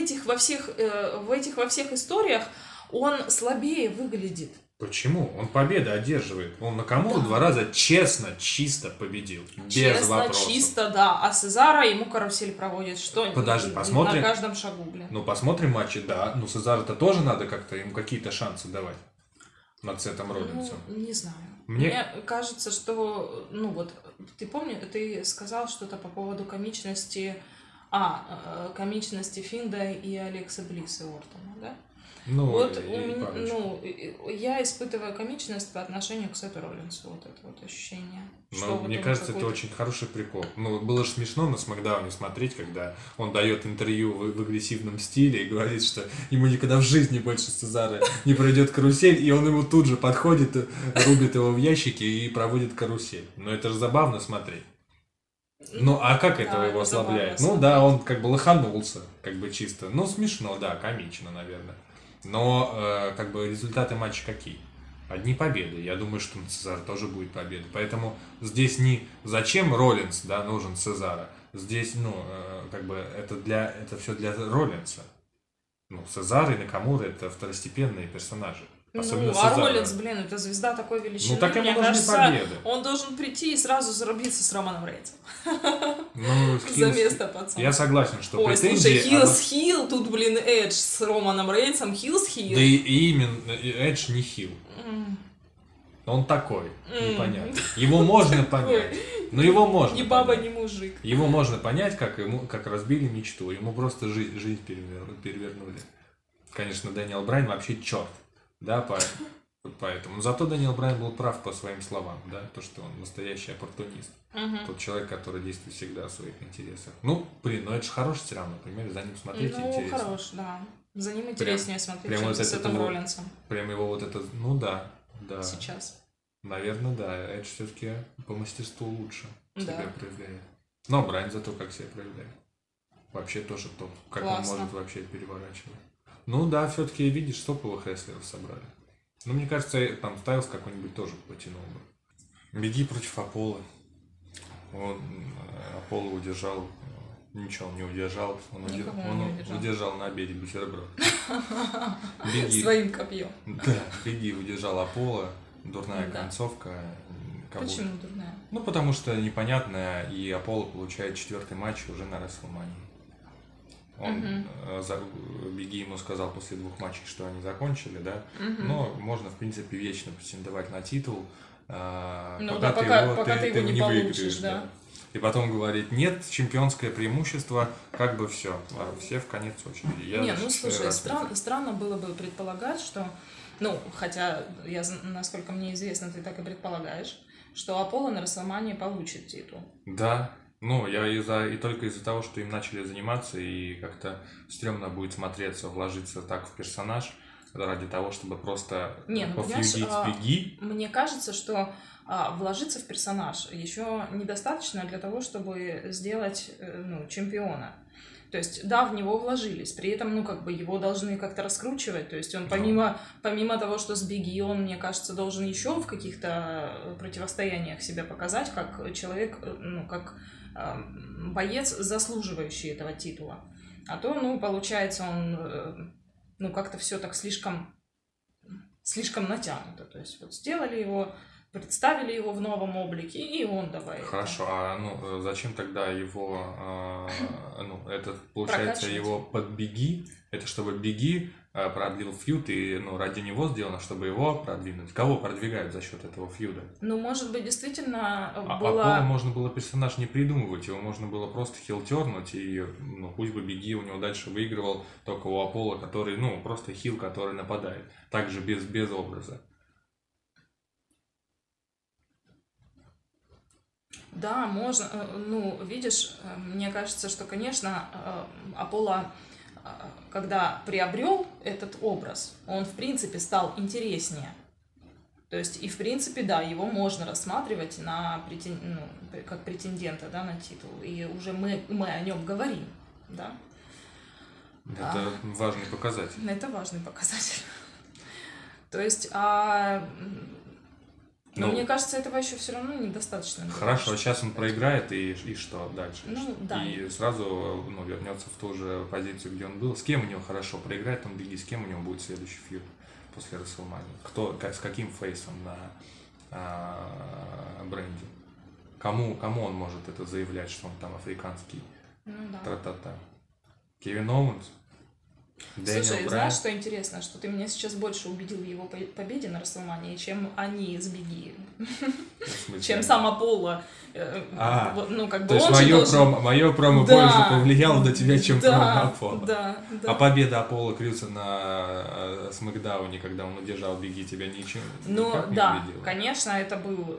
всех историях он слабее выглядит. Почему? Он победы одерживает. Он Накамуру Да. 2 раза честно, чисто победил. Без Честно, вопросов. чисто, да. А Сезара ему карусель проводит, что Подожди, на посмотрим. каждом шагу, блин. Ну, посмотрим матчи, да. Ну, Сезара-то тоже надо как-то ему какие-то шансы давать над Сетом Роллинсом. Ну, не знаю. Мне- Мне кажется, что, ну вот, ты помнишь, ты сказал что-то по поводу комичности Финда и Алекса Блисса Ортона, да? Ну, Вот и парочку. ну, я испытываю комичность по отношению к Сету Роллинсу, вот это вот ощущение, что Но вот мне он кажется, это какой-то... очень хороший прикол. Ну, было же смешно на Смакдауне смотреть, когда он дает интервью в агрессивном стиле и говорит, что ему никогда в жизни больше Сезара не пройдет карусель, и он ему тут же подходит, рубит его в ящики и проводит карусель. Но это же забавно смотреть. Ну, а как это Да, его это забавно ослабляет? Ну да, смотреть. он как бы лоханулся, как бы чисто. Ну, смешно, да, комично, наверное. Но как бы результаты матча какие? Одни победы. Я думаю, что на Цезар тоже будет победа. Поэтому здесь не зачем Роллинс, да, нужен Цезара. Здесь, ну, как бы это все для Роллинса. Ну, Цезар и Накамура это второстепенные персонажи. Особенно Ну, а Цезара. Роллинс, блин, это звезда такой Ну, величины. так ему Мне нужны кажется, победы. он должен прийти и сразу зарубиться с Романом Рейнсом. Ну, За место, я пацан. согласен, что Ой, слушай, претензии... хил с хил, тут, блин, Эдж с Романом Рейнсом, хил с хил. Да и именно Эдж не хил. М, Он такой, м. непонятно. Его можно понять. Но его можно Ни баба, понять. ни мужик. Его можно понять, как разбили мечту. Ему просто жизнь перевернули. Конечно, Дэниел Брайан вообще черт. Да, поэтому. Но зато Дэниел Брайан был прав по своим словам, да, то, что он настоящий оппортунист. Тот человек, который действует всегда в своих интересах. Ну, блин, ну это же хороший сериал, например, за ним смотреть Ну, интересно. хорош, да. За ним интереснее смотреть, Прям чем вот за это Сетом вот, Роллинсом прям его вот это, ну да, да. сейчас. Наверное, да. Эдж все-таки по мастерству лучше Да. себя проявляет. Но Брайан зато как себя проявляет. Вообще тоже топ. Как Классно. он может вообще переворачивать. Ну да, все-таки, видишь, топовых рестлеров собрали. Ну, мне кажется, там Стайлз какой-нибудь тоже потянул бы. Беги против Аполло. Аполло удержал. Ничего, он не удержал. Никого Он не удержал. удержал на обеде бутерброд. Беги. Своим копьем. Да, Беги удержал Аполло. Дурная Да. концовка. Почему дурная? Ну, потому что непонятно, и Аполло получает 4-й матч уже на Расселмании. Он, Беги ему сказал после 2 матчей, что они закончили, да. Но можно, в принципе, вечно претендовать на титул, Ну да, пока ты его не получишь, да. И потом говорит, нет, чемпионское преимущество, как бы все. Все в конец очереди. Не, ну слушай, странно было бы предполагать, что, ну, хотя, насколько мне известно, ты так и предполагаешь, что Аполло на Расселмании получит титул. Да, ну, и только из-за того, что им начали заниматься, и как-то стрёмно будет смотреться, вложиться так в персонаж, ради того, чтобы просто пофьюдить Беги. Мне кажется, что вложиться в персонаж еще недостаточно для того, чтобы сделать чемпиона. То есть, да, в него вложились, при этом, ну, как бы его должны как-то раскручивать. То есть он помимо того, что с Бигги, он, мне кажется, должен еще в каких-то противостояниях себя показать, как человек, ну, как боец, заслуживающий этого титула. А то, ну, получается, он, ну, как-то все так слишком натянуто. То есть вот сделали его, представили его в новом облике, и он давай. Хорошо, а зачем тогда его, это получается его под Беги, это чтобы Беги продлил фьюд, и ради него сделано, чтобы его продвинуть. Кого продвигают за счет этого фьюда? Ну, может быть, действительно Аполло можно было персонаж не придумывать, его можно было просто хилтернуть, и пусть бы Беги у него дальше выигрывал, только у Аполло, который, просто хил, который нападает, также без образа. Да, можно. Ну, видишь, мне кажется, что, конечно, Аполло, когда приобрел этот образ, он, в принципе, стал интереснее. То есть, и, в принципе, да, его можно рассматривать как претендента, да, на титул. И уже мы о нем говорим, да. Это важный показатель. Это важный показатель. То есть, но мне кажется, этого еще все равно недостаточно. Хорошо, сейчас он проиграет, и что дальше? Ну, да. И сразу вернется в ту же позицию, где он был. С кем у него хорошо проиграет он Беги, с кем у него будет следующий фьюд после Расселмании? С каким фейсом на бренде? Кому он может это заявлять, что он там африканский? Ну, да. Тра-та-та. Кевин Оуэнс? Дэниел Слушай, Брайан. знаешь, что интересно? Что ты меня сейчас больше убедил в его победе на Расселмании, чем они с Бигги. Чем сам Аполло. Ну, как бы То есть он же должен... мое промо Да, больше повлияло на тебя, чем промо да, Аполло. да. А победа Аполло Крюса на Смэкдауне, когда он удержал Бигги, тебя ничем Ну, никак не да, убедило? конечно, это был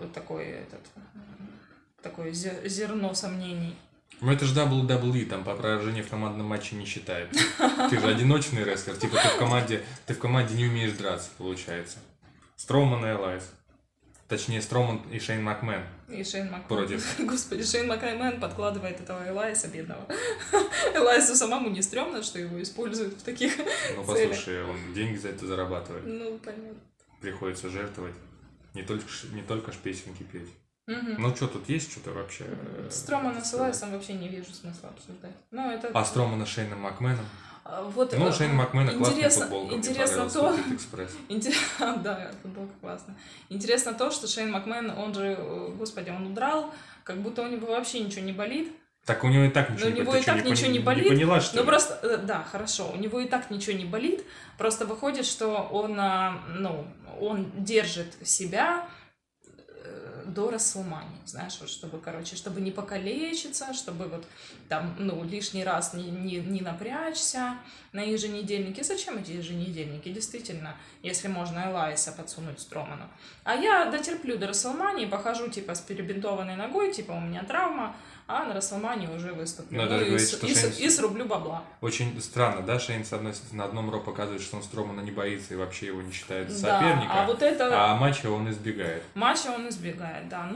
такое зерно сомнений. Ну это же WWE, там по поражению в командном матче не считают. Ты же одиночный рестлер, типа ты в команде не умеешь драться, получается. Строуман и Элайс. Точнее, Строуман и Шейн Макмен. И Шейн Макмен. Против. Господи, Шейн Макмен подкладывает этого Элайса бедного. Элайсу самому не стрёмно, что его используют в таких Ну целях. послушай, он деньги за это зарабатывает. Ну, понятно. Приходится жертвовать. Не только ж песенки петь. Угу. Ну что, тут есть что-то вообще? Стромана с Элайсом вообще не вижу смысла обсуждать. Ну, это... А Стромана с Шейном Макменом? Вот, Ну, Шейн Макмена классная футболка. Интересно то... Экспресс. Да, футболка классная. Интересно то, что Шейн Макмен, он же, господи, он удрал, как будто у него вообще ничего не болит. Так у него и так ничего у него и так ничего не болит. Не поняла, что Ну ли? просто, да, хорошо, у него и так ничего не болит. Просто выходит, что он, он держит себя до Расселмании, знаешь, вот чтобы не покалечиться, чтобы вот там, лишний раз не напрячься на еженедельнике. Зачем эти еженедельники? Действительно, если можно Элайса подсунуть Строману. А я дотерплю до Расселмании, похожу типа с перебинтованной ногой, типа у меня травма, а на Расселмании уже выступлю. И срублю бабла. Очень странно, да, Шейн на одном Ро показывает, что он Стромана не боится и вообще его не считает соперником, а матча он избегает. Матча он избегает, да.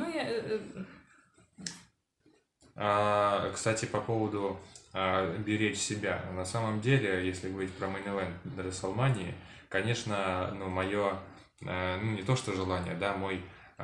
Кстати, по поводу беречь себя. На самом деле, если говорить про мейн-эвент до Расселмании, конечно, мое, не то что желание, да, мои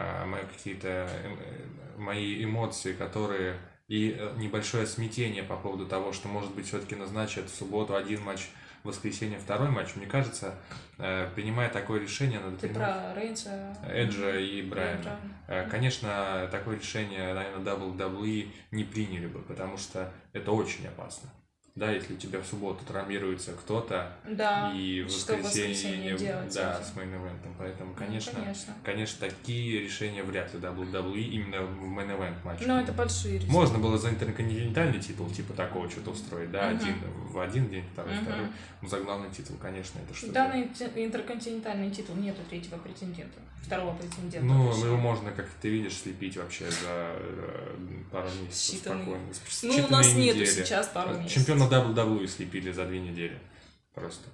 эмоции, которые и небольшое смятение по поводу того, что, может быть, все-таки назначат в субботу один матч, в воскресенье второй матч, мне кажется, принимая такое решение, надо Ты про Рейнса, Эджа и Брайана. Конечно, такое решение, наверное, WWE не приняли бы, потому что это очень опасно. Да, если у тебя в субботу травмируется кто-то, да, и в воскресенье делать с мейн-эвентом. Поэтому, конечно, такие решения вряд ли WWE именно в мейн-эвент матче. Но это большие риски. Можно было за интерконтинентальный титул, типа такого что-то устроить, да, в один день, второй. Но за главный титул, конечно, это что-то. Да, на интерконтинентальный титул нету третьего претендента, второго претендента. Ну, его можно, как ты видишь, слепить вообще за пару месяцев спокойно. Ну, у нас нету сейчас пару месяцев. Чемпиона WWE слепили за 2 недели. Просто.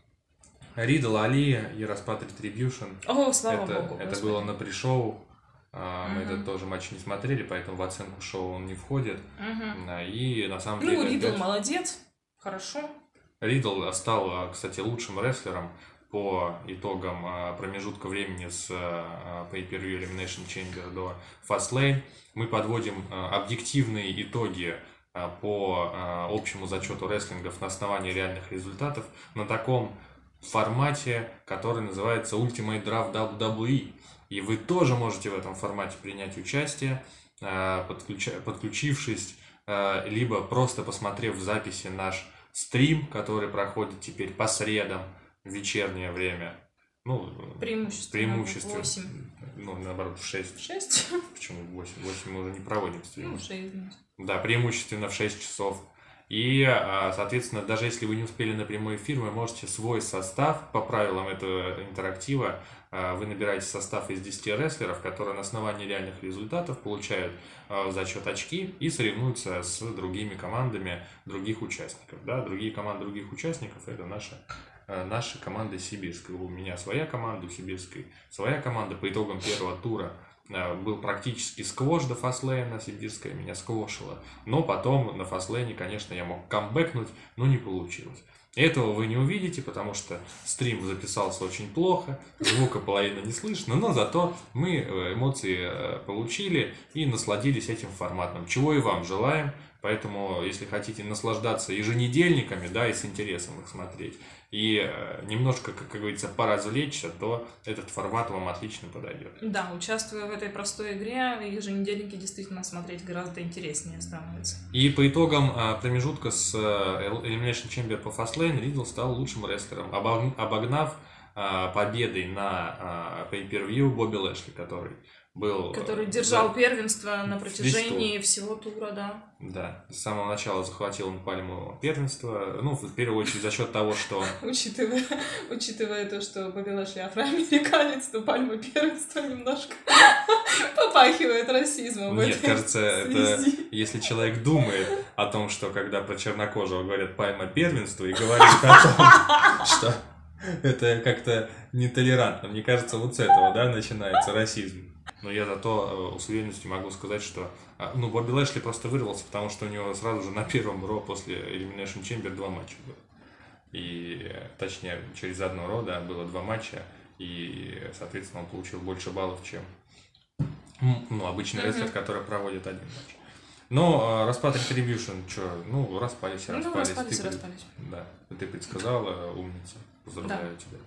Ридл, Али и распад Retribution. О, слава богу. Это было на пришоу. Мы этот тоже матч не смотрели, поэтому в оценку шоу он не входит. И на самом деле... Ну, Ридл молодец. Хорошо. Ридл стал, кстати, лучшим рестлером по итогам промежутка времени с Pay-Per-View Elimination Chamber до Fastlane. Мы подводим объективные итоги по общему зачету рестлингов на основании реальных результатов на таком формате, который называется Ultimate Draft WWE. И вы тоже можете в этом формате принять участие, подключившись, либо просто посмотрев в записи наш стрим, который проходит теперь по средам в вечернее время. Ну, преимущественно 8. Ну, наоборот, в 6. 6? Почему 8? 8 мы уже не проводим стрим. Ну, 6. Да, преимущественно в 6 часов. И, соответственно, даже если вы не успели на прямой эфир, вы можете свой состав, по правилам этого интерактива, вы набираете состав из 10 рестлеров, которые на основании реальных результатов получают за счет очки и соревнуются с другими командами других участников. Да? Другие команды других участников – это наши команды сибирской. У меня своя команда, у сибирской своя команда. По итогам первого тура был практически сквош до Фастлейна, сибирская меня сквошила. Но потом на Фастлейне, конечно, я мог камбэкнуть, но не получилось. Этого вы не увидите, потому что стрим записался очень плохо, звука половины не слышно, но зато мы эмоции получили и насладились этим форматом, чего и вам желаем. Поэтому, если хотите наслаждаться еженедельниками, да, и с интересом их смотреть, и немножко, как говорится, поразвлечься, то этот формат вам отлично подойдет. Да, участвуя в этой простой игре, еженедельники действительно смотреть гораздо интереснее становится. И по итогам промежутка с Elimination Chamber по Fastlane Fastlane Ридл стал лучшим рестлером, обогнав победой на Pay-Per-View Бобби Лэшли, который был... Который держал первенство на протяжении всего тура, да. Да, с самого начала захватил он пальму первенства, ну, в первую очередь за счет того, что... Учитывая то, что Бобби Лэшли афроамериканец, то пальма первенства немножко попахивает расизмом. Нет, кажется, это если человек думает о том, что когда про чернокожего говорят пальма первенства и говорит о том, что это как-то нетолерантно, мне кажется, вот с этого, да, начинается расизм. Но я зато с уверенностью могу сказать, что Бобби Лэшли просто вырвался, потому что у него сразу же на первом Ро после Elimination Chamber 2 матча было. И, точнее, через одно Ро, да, было 2 матча, и, соответственно, он получил больше баллов, чем обычный рестлер, который проводит один матч. Но распад Retribution, распались. Распались. Да, ты предсказала, умница, поздравляю тебя.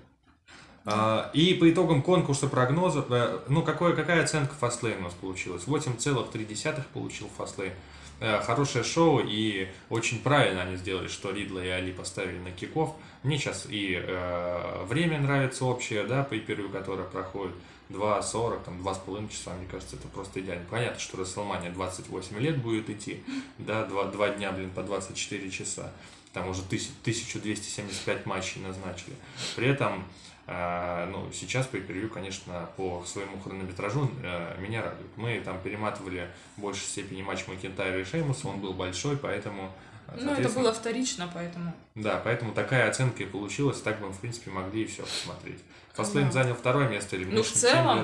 И по итогам конкурса прогнозов, какая оценка Fastlane у нас получилась? 8,3 получил Fastlane. Хорошее шоу, и очень правильно они сделали, что Ридла и Али поставили на киков. Мне сейчас и время нравится общее, да, Pay-Per-View, которое проходит 2:40, 2,5 часа, мне кажется, это просто идеально. Понятно, что WrestleMania 28 лет будет идти, да, 2 дня, по 24 часа. Там уже 1275 матчей назначили. При этом сейчас Pay-Per-View, конечно, по своему хронометражу меня радует. Мы там перематывали в большей степени матч Макентайра и Шеймуса, он был большой, поэтому... это было вторично, поэтому... Да, поэтому такая оценка и получилась, так бы мы, в принципе, могли и все посмотреть. Fastlane занял второе место, Elimination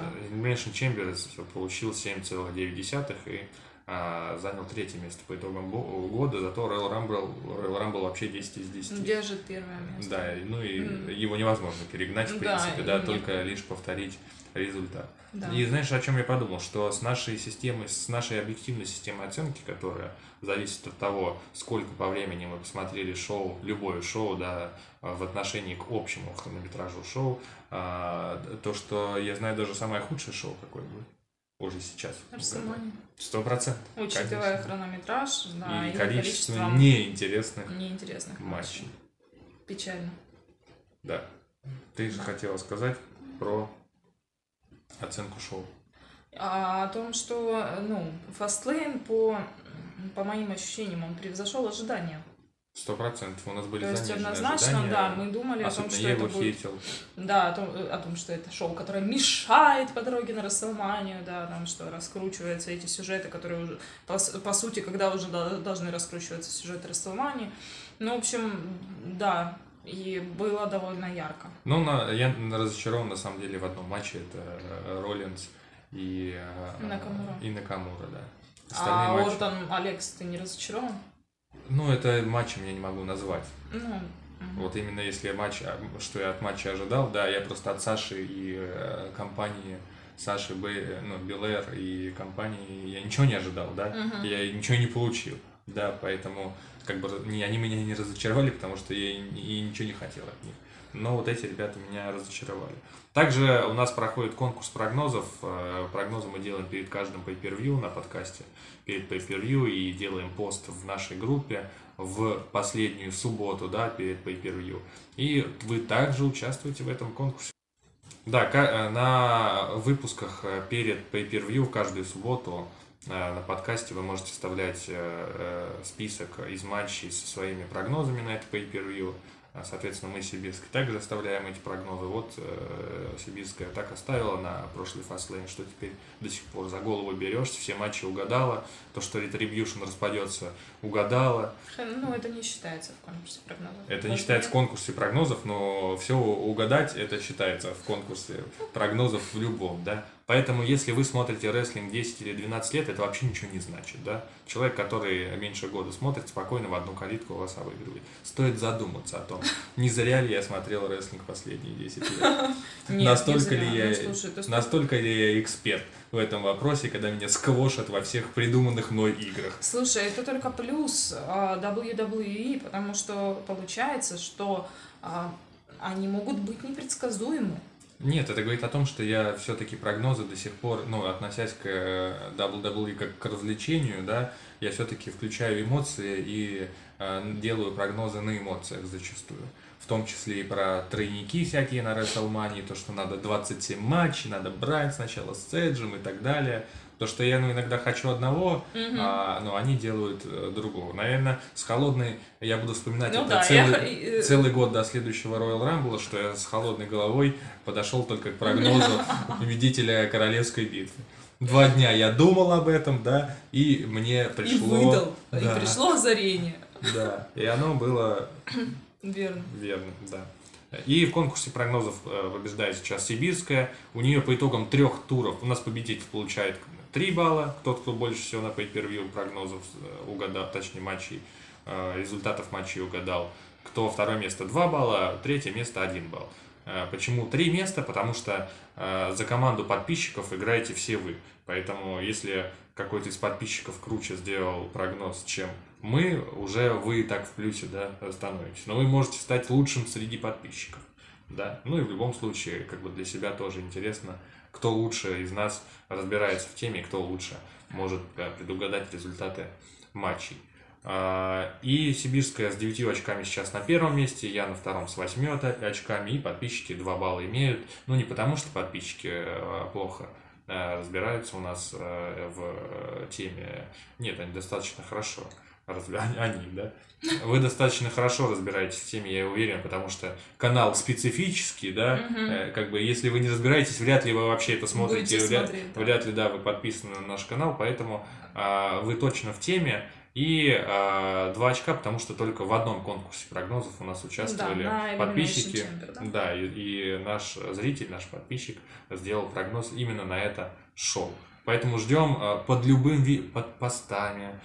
Chamber получил 7,9 и занял третье место по итогам года, зато Royal Rumble вообще 10 из 10. Держит первое место. Да, его невозможно перегнать, в принципе, только лишь повторить результат. Да. И знаешь, о чем я подумал? Что с нашей объективной системой оценки, которая зависит от того, сколько по времени мы посмотрели любое шоу, да, в отношении к общему хронометражу шоу, то, что я знаю даже самое худшее шоу, какое будет. Уже сейчас. 100%. Учитывая хронометраж, да, и количество неинтересных матчей. Печально. Да. Ты же хотела сказать про оценку шоу. О том, что Fastlane по моим ощущениям, он превзошел ожидания. 100%. У нас были заниженные ожидания. То есть однозначно, да, мы думали о том, что это будет... Да, о том, что это шоу, которое мешает по дороге на WrestleMania, да, там, что раскручиваются эти сюжеты, которые уже, по сути, когда уже должны раскручиваться сюжеты WrestleMania. В общем, да, и было довольно ярко. Я разочарован, на самом деле, в одном матче, это Роллинс и Накамура, да. Ортон, Алекс, ты не разочарован? Это матчем я не могу назвать. Вот именно если что я от матча ожидал, да, я просто от Саши и компании Саши Белэр и компании я ничего не ожидал, да, я ничего не получил, да, поэтому они меня не разочаровали, потому что я и ничего не хотел от них. Но вот эти ребята меня разочаровали. Также у нас проходит конкурс прогнозов. Прогнозы мы делаем перед каждым Pay-Per-View на подкасте, перед Pay-Per-View, и делаем пост в нашей группе в последнюю субботу, да, перед Pay-Per-View. И вы также участвуете в этом конкурсе. Да, на выпусках перед Pay-Per-View каждую субботу на подкасте вы можете вставлять список из матчей со своими прогнозами на это Pay-Per-View. Соответственно, мы Сибирской также оставляем эти прогнозы. Вот Сибирская так оставила на прошлый Fastlane, что теперь до сих пор за голову берешься, все матчи угадала. То, что Retribution распадется, угадала. Это не считается в конкурсе прогнозов. Это не считается в конкурсе прогнозов, но все угадать, это считается в конкурсе прогнозов в любом, да. Поэтому, если вы смотрите рестлинг 10 или 12 лет, это вообще ничего не значит, да. Человек, который меньше года смотрит, спокойно в одну калитку вас обыгрывает. Стоит задуматься о том, не зря ли я смотрел рестлинг последние 10 лет. Настолько ли я эксперт в этом вопросе, когда меня сквошат во всех придуманных мной играх. Слушай, это только плюс WWE, потому что получается, что они могут быть непредсказуемы. Нет, это говорит о том, что я все-таки прогнозы до сих пор, ну, относясь к WWE как к развлечению, да, я все-таки включаю эмоции и делаю прогнозы на эмоциях зачастую. В том числе и про тройники всякие на WrestleMania, то, что надо 27 матчей, надо брать сначала с Эджем и так далее. То, что я, ну, иногда хочу одного, но они делают другого. Наверное, с холодной я буду вспоминать Ну это да, целый год до следующего Royal Rumble, что я с холодной головой подошел только к прогнозу победителя королевской битвы. 2 дня я думал об этом, да, и мне пришло... И выдал, да, и пришло озарение. да, и оно было Верно. верным, да. И в конкурсе прогнозов побеждает сейчас Сибирская. У нее по итогам 3 туров у нас победитель получает 3 балла. Тот, кто больше всего на pay-per-view прогнозов угадал, точнее матчей, результатов матчей угадал. Кто второе место 2 балла, третье место 1 балл. Почему 3 места? Потому что за команду подписчиков играете все вы. Поэтому если какой-то из подписчиков круче сделал прогноз, чем мы, уже вы и так в плюсе, да, становитесь. Но вы можете стать лучшим среди подписчиков. Да? Ну и в любом случае, как бы для себя тоже интересно, кто лучше из нас разбирается в теме, кто лучше может предугадать результаты матчей. И Сибирская с 9 очками сейчас на первом месте, я на втором с 8 очками, и подписчики 2 балла имеют. Ну, не потому что подписчики плохо разбираются у нас в теме. Нет, они достаточно хорошо. Они, да? Вы достаточно хорошо разбираетесь в теме, я уверен, потому что канал специфический, да, как бы если вы не разбираетесь, вряд ли вы вообще это смотрите, вряд ли, да, вы подписаны на наш канал, поэтому вы точно в теме. И 2 очка, потому что только в одном конкурсе прогнозов у нас участвовали подписчики. Да, и наш зритель, наш подписчик сделал прогноз именно на это шоу. Поэтому ждем под любым под постами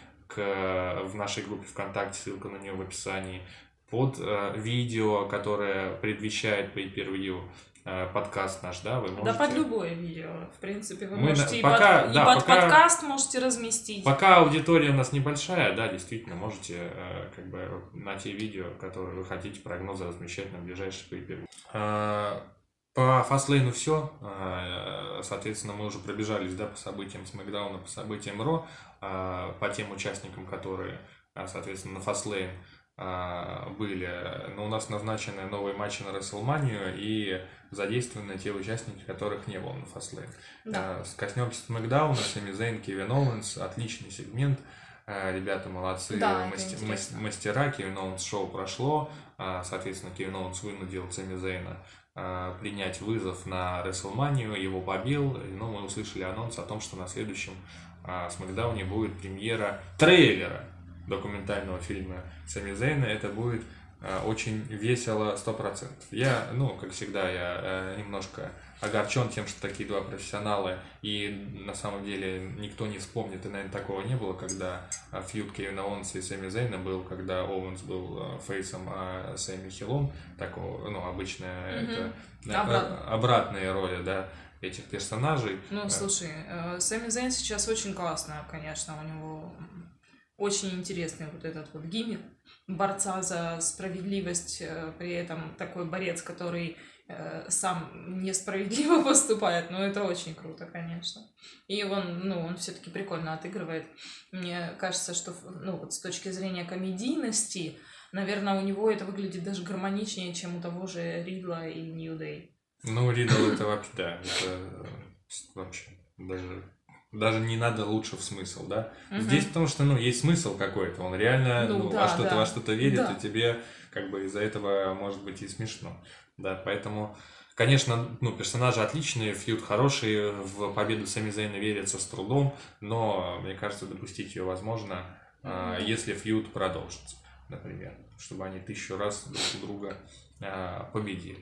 в нашей группе ВКонтакте, ссылка на нее в описании, под видео, которое предвещает pay-per-view, подкаст наш, да, вы можете... Да, под любое видео, в принципе, вы можете под подкаст можете разместить. Пока аудитория у нас небольшая, да, действительно, можете как бы на те видео, которые вы хотите, прогнозы размещать на ближайший pay-per-view. По Fastlane все, соответственно, мы уже пробежались, да, по событиям SmackDown, по событиям Raw, по тем участникам, которые, соответственно, на Fastlane были, но у нас назначены новые матчи на WrestleMania и задействованы те участники, которых не было на Fastlane. Да. Коснемся SmackDown, Сами Зейн, Кевин Оуэнс, отличный сегмент, ребята молодцы, да, мастера, Кевин Оуэнс шоу прошло, соответственно, Кевин Оуэнс вынудил Сами Зейна принять вызов на WrestleMania, его побил, но мы услышали анонс о том, что на следующем SmackDown будет премьера трейлера документального фильма Сами Зейна. Это будет очень весело 100%. Я, ну, как всегда, я немножко огорчен тем, что такие два профессионала, и на самом деле никто не вспомнит, и, наверное, такого не было, когда фьюд Кевина Оуэнса и Сами Зейна был, когда Оуэнс был фейсом, а Сами хилом, такого, ну, обычно это обратные роли, да, этих персонажей. Ну, слушай, Сами Зейн сейчас очень классно, конечно, у него очень интересный вот этот вот гиммик борца за справедливость, при этом такой борец, который сам несправедливо поступает, но это очень круто, конечно. И он все-таки прикольно отыгрывает. Мне кажется, что, ну, вот с точки зрения комедийности, наверное, у него это выглядит даже гармоничнее, чем у того же Ридла и Нью Дэй. Ну, Ридл это вообще, да, это вообще даже не надо лучше в смысл, да. Здесь потому что, ну, есть смысл какой-то, он реально во что-то верит, и тебе как бы из-за этого может быть и смешно, да, поэтому, конечно, ну, персонажи отличные, фьюд хороший, в победу Сами Зейна верится с трудом, но, мне кажется, допустить ее возможно, если фьюд продолжится, например, чтобы они 1000 раз друг у друга победили.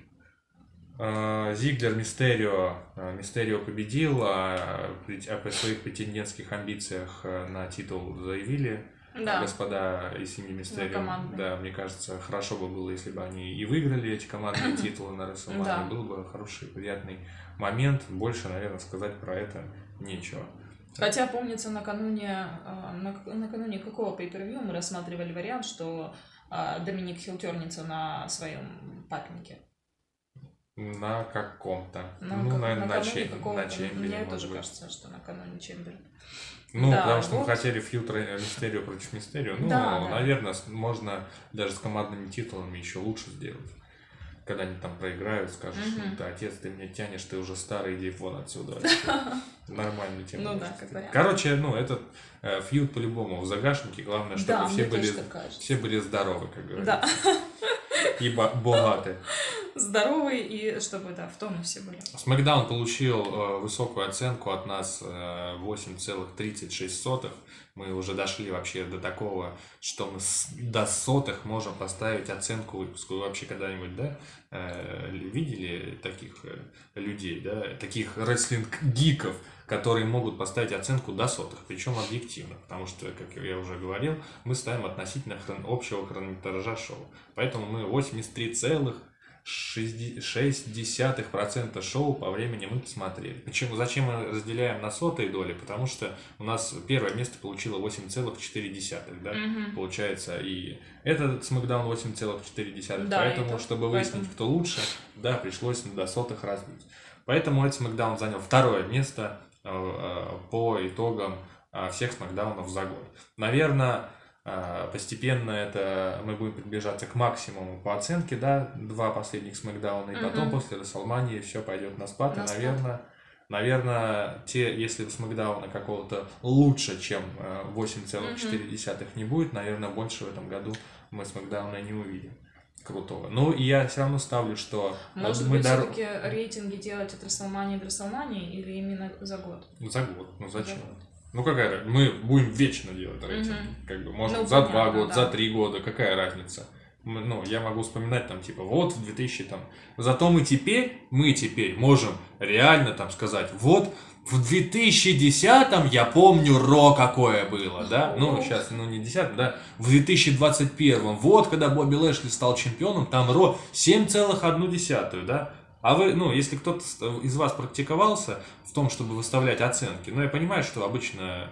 Зиглер Мистерио победил, о своих претендентских амбициях на титул заявили господа из семьи Мистерио. Да, мне кажется, хорошо бы было, если бы они и выиграли эти командные титулы на WrestleMania. Был бы хороший, приятный момент. Больше, наверное, сказать про это нечего. Хотя, помнится, накануне какого pay-per-view мы рассматривали вариант, что Доминик хилтернется на своем папеньке. На каком-то. Наверное, накануне какого-то. на Чембере, Мне может тоже быть. кажется, что накануне Чембера. Да, потому что вот. мы хотели фьюд Мистерио против Мистерио. Да. Наверное, можно даже с командными титулами еще лучше сделать. Когда они там проиграют, скажешь, да, отец, ты меня тянешь, ты уже старый, иди вон отсюда. Нормальная тема. Как вариант. Короче, этот фьюд по-любому в загашнике. Главное, чтобы все были здоровы, как говорится. Да. И богаты. Здоровые и чтобы, в тонусе были. SmackDown получил высокую оценку от нас 8,36. Мы уже дошли вообще до такого, что мы до сотых можем поставить оценку выпуску. Вы вообще когда-нибудь, видели таких людей, таких рестлинг-гиков, которые могут поставить оценку до сотых, причем объективно, потому что, как я уже говорил, мы ставим относительно общего хронометража шоу. Поэтому мы 83,6% шоу по времени мы посмотрели. Зачем мы разделяем на сотые доли? Потому что у нас первое место получило 8,4, получается, и этот SmackDown 8,4, поэтому, чтобы выяснить, кто лучше, пришлось до сотых разбить. Поэтому этот SmackDown занял второе место по итогам всех смакдаунов за год. Наверное, постепенно мы будем приближаться к максимуму по оценке, 2 последних смакдауна, и потом после WrestleMania все пойдет на спад. И, наверное, если у смакдауна какого-то лучше, чем 8,4 не будет, наверное, больше в этом году мы смакдауна не увидим. Крутого. И я все равно ставлю, что... Может быть, все-таки рейтинги делать от WrestleMania до WrestleMania или именно за год? За год. Зачем? Какая разница? Мы будем вечно делать рейтинги. Может, за 2 года, за 3 года. Какая разница? Я могу вспоминать в 2000 Зато мы теперь можем реально сказать, в 2010-м я помню Ро какое было, сейчас, не 10-м, в 2021-м, когда Бобби Лэшли стал чемпионом, там Ро 7,1, А вы, если кто-то из вас практиковался в том, чтобы выставлять оценки, я понимаю, что обычно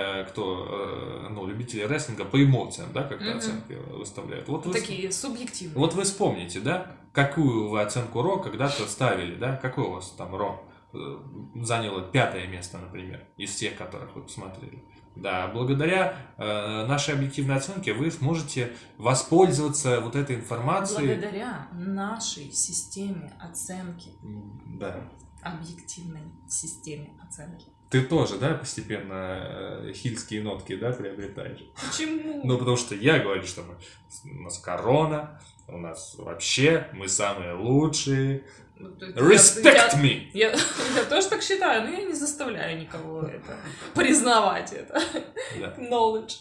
любители рестлинга по эмоциям, как-то оценки выставляют. Такие субъективные. Вот вы вспомните, какую вы оценку Ро когда-то ставили, какой у вас там Ро заняло 5-е место, например, из всех, которых вы посмотрели. Благодаря нашей объективной оценке вы сможете воспользоваться этой информацией. Благодаря нашей системе оценки. Объективной системе оценки. Ты тоже, постепенно хильские нотки, приобретаешь? Почему? Потому что я говорю, что у нас корона, у нас вообще мы самые лучшие. Respect me! Я тоже так считаю, но я не заставляю никого признавать это. Knowledge.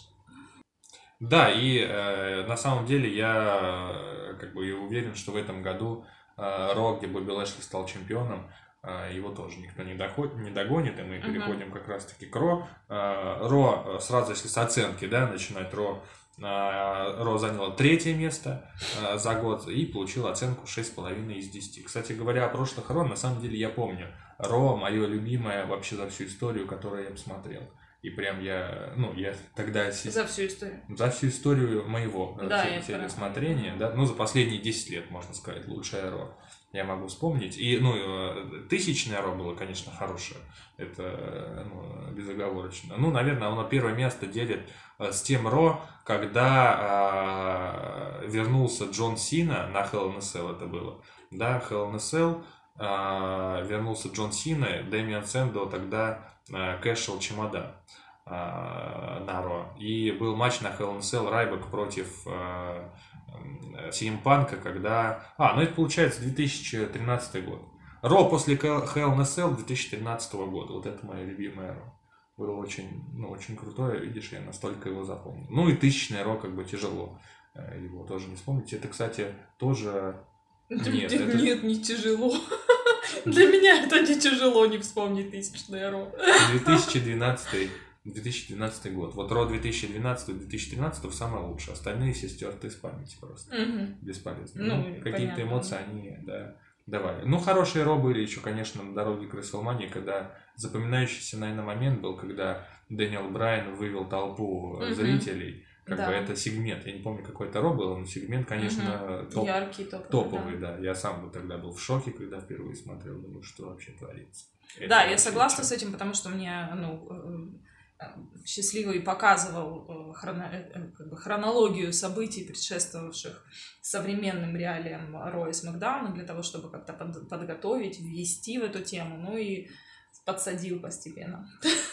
И на самом деле я уверен, что в этом году Ро, где Бобби Лэшли стал чемпионом, его тоже никто не догонит, и мы переходим как раз-таки к Ро. Ро, сразу если с оценки, начинать Ро заняла 3-е место за год и получила оценку 6,5 из 10. Кстати говоря, о прошлых Ро, на самом деле я помню. Ро мое любимое вообще за всю историю, которую я посмотрел. И прям я тогда... За всю историю? За всю историю моего телесмотрения, за последние 10 лет, можно сказать, лучшее Ро. Я могу вспомнить. И, 1000-е Ро было, конечно, хорошее. Это, безоговорочно. Наверное, оно первое место делит с тем Ро, когда вернулся Джон Сина на Hell in a Cell это было. Hell in a Cell, вернулся Джон Сина, Дэмиан Сэндо тогда кэшил чемодан на Ро. И был матч на Hell in a Cell Райбек против CM Панка, когда... это получается 2013 год. Ро после Hell in a Cell 2013 года. Это мое любимое Ро. Было очень, очень крутое, видишь, я настолько его запомнил. И 1000-е Ро тяжело его тоже не вспомнить. Это, кстати, тоже... Нет, не тяжело. Для меня это не тяжело не вспомнить 1000-е Ро. 2012 год. Ро 2012-2013 самое лучшее. Остальные все стерты из памяти просто. Бесполезно. Какие-то эмоции они давали. Хорошие Ро были еще, конечно, на дороге к WrestleMania, когда запоминающийся, наверное, момент был, когда Дэниел Брайан вывел толпу зрителей Как бы Да. это сегмент. Я не помню, какой это ро был, но сегмент, конечно, Яркий, топовый, да. Я сам вот тогда был в шоке, когда впервые смотрел, думаю, что вообще творится. Да, я согласна с этим, потому что мне, Счастливый показывал как бы хронологию событий, предшествовавших современным реалиям Ро и Смэкдауна, для того, чтобы как-то подготовить, ввести в эту тему, ну и подсадил постепенно.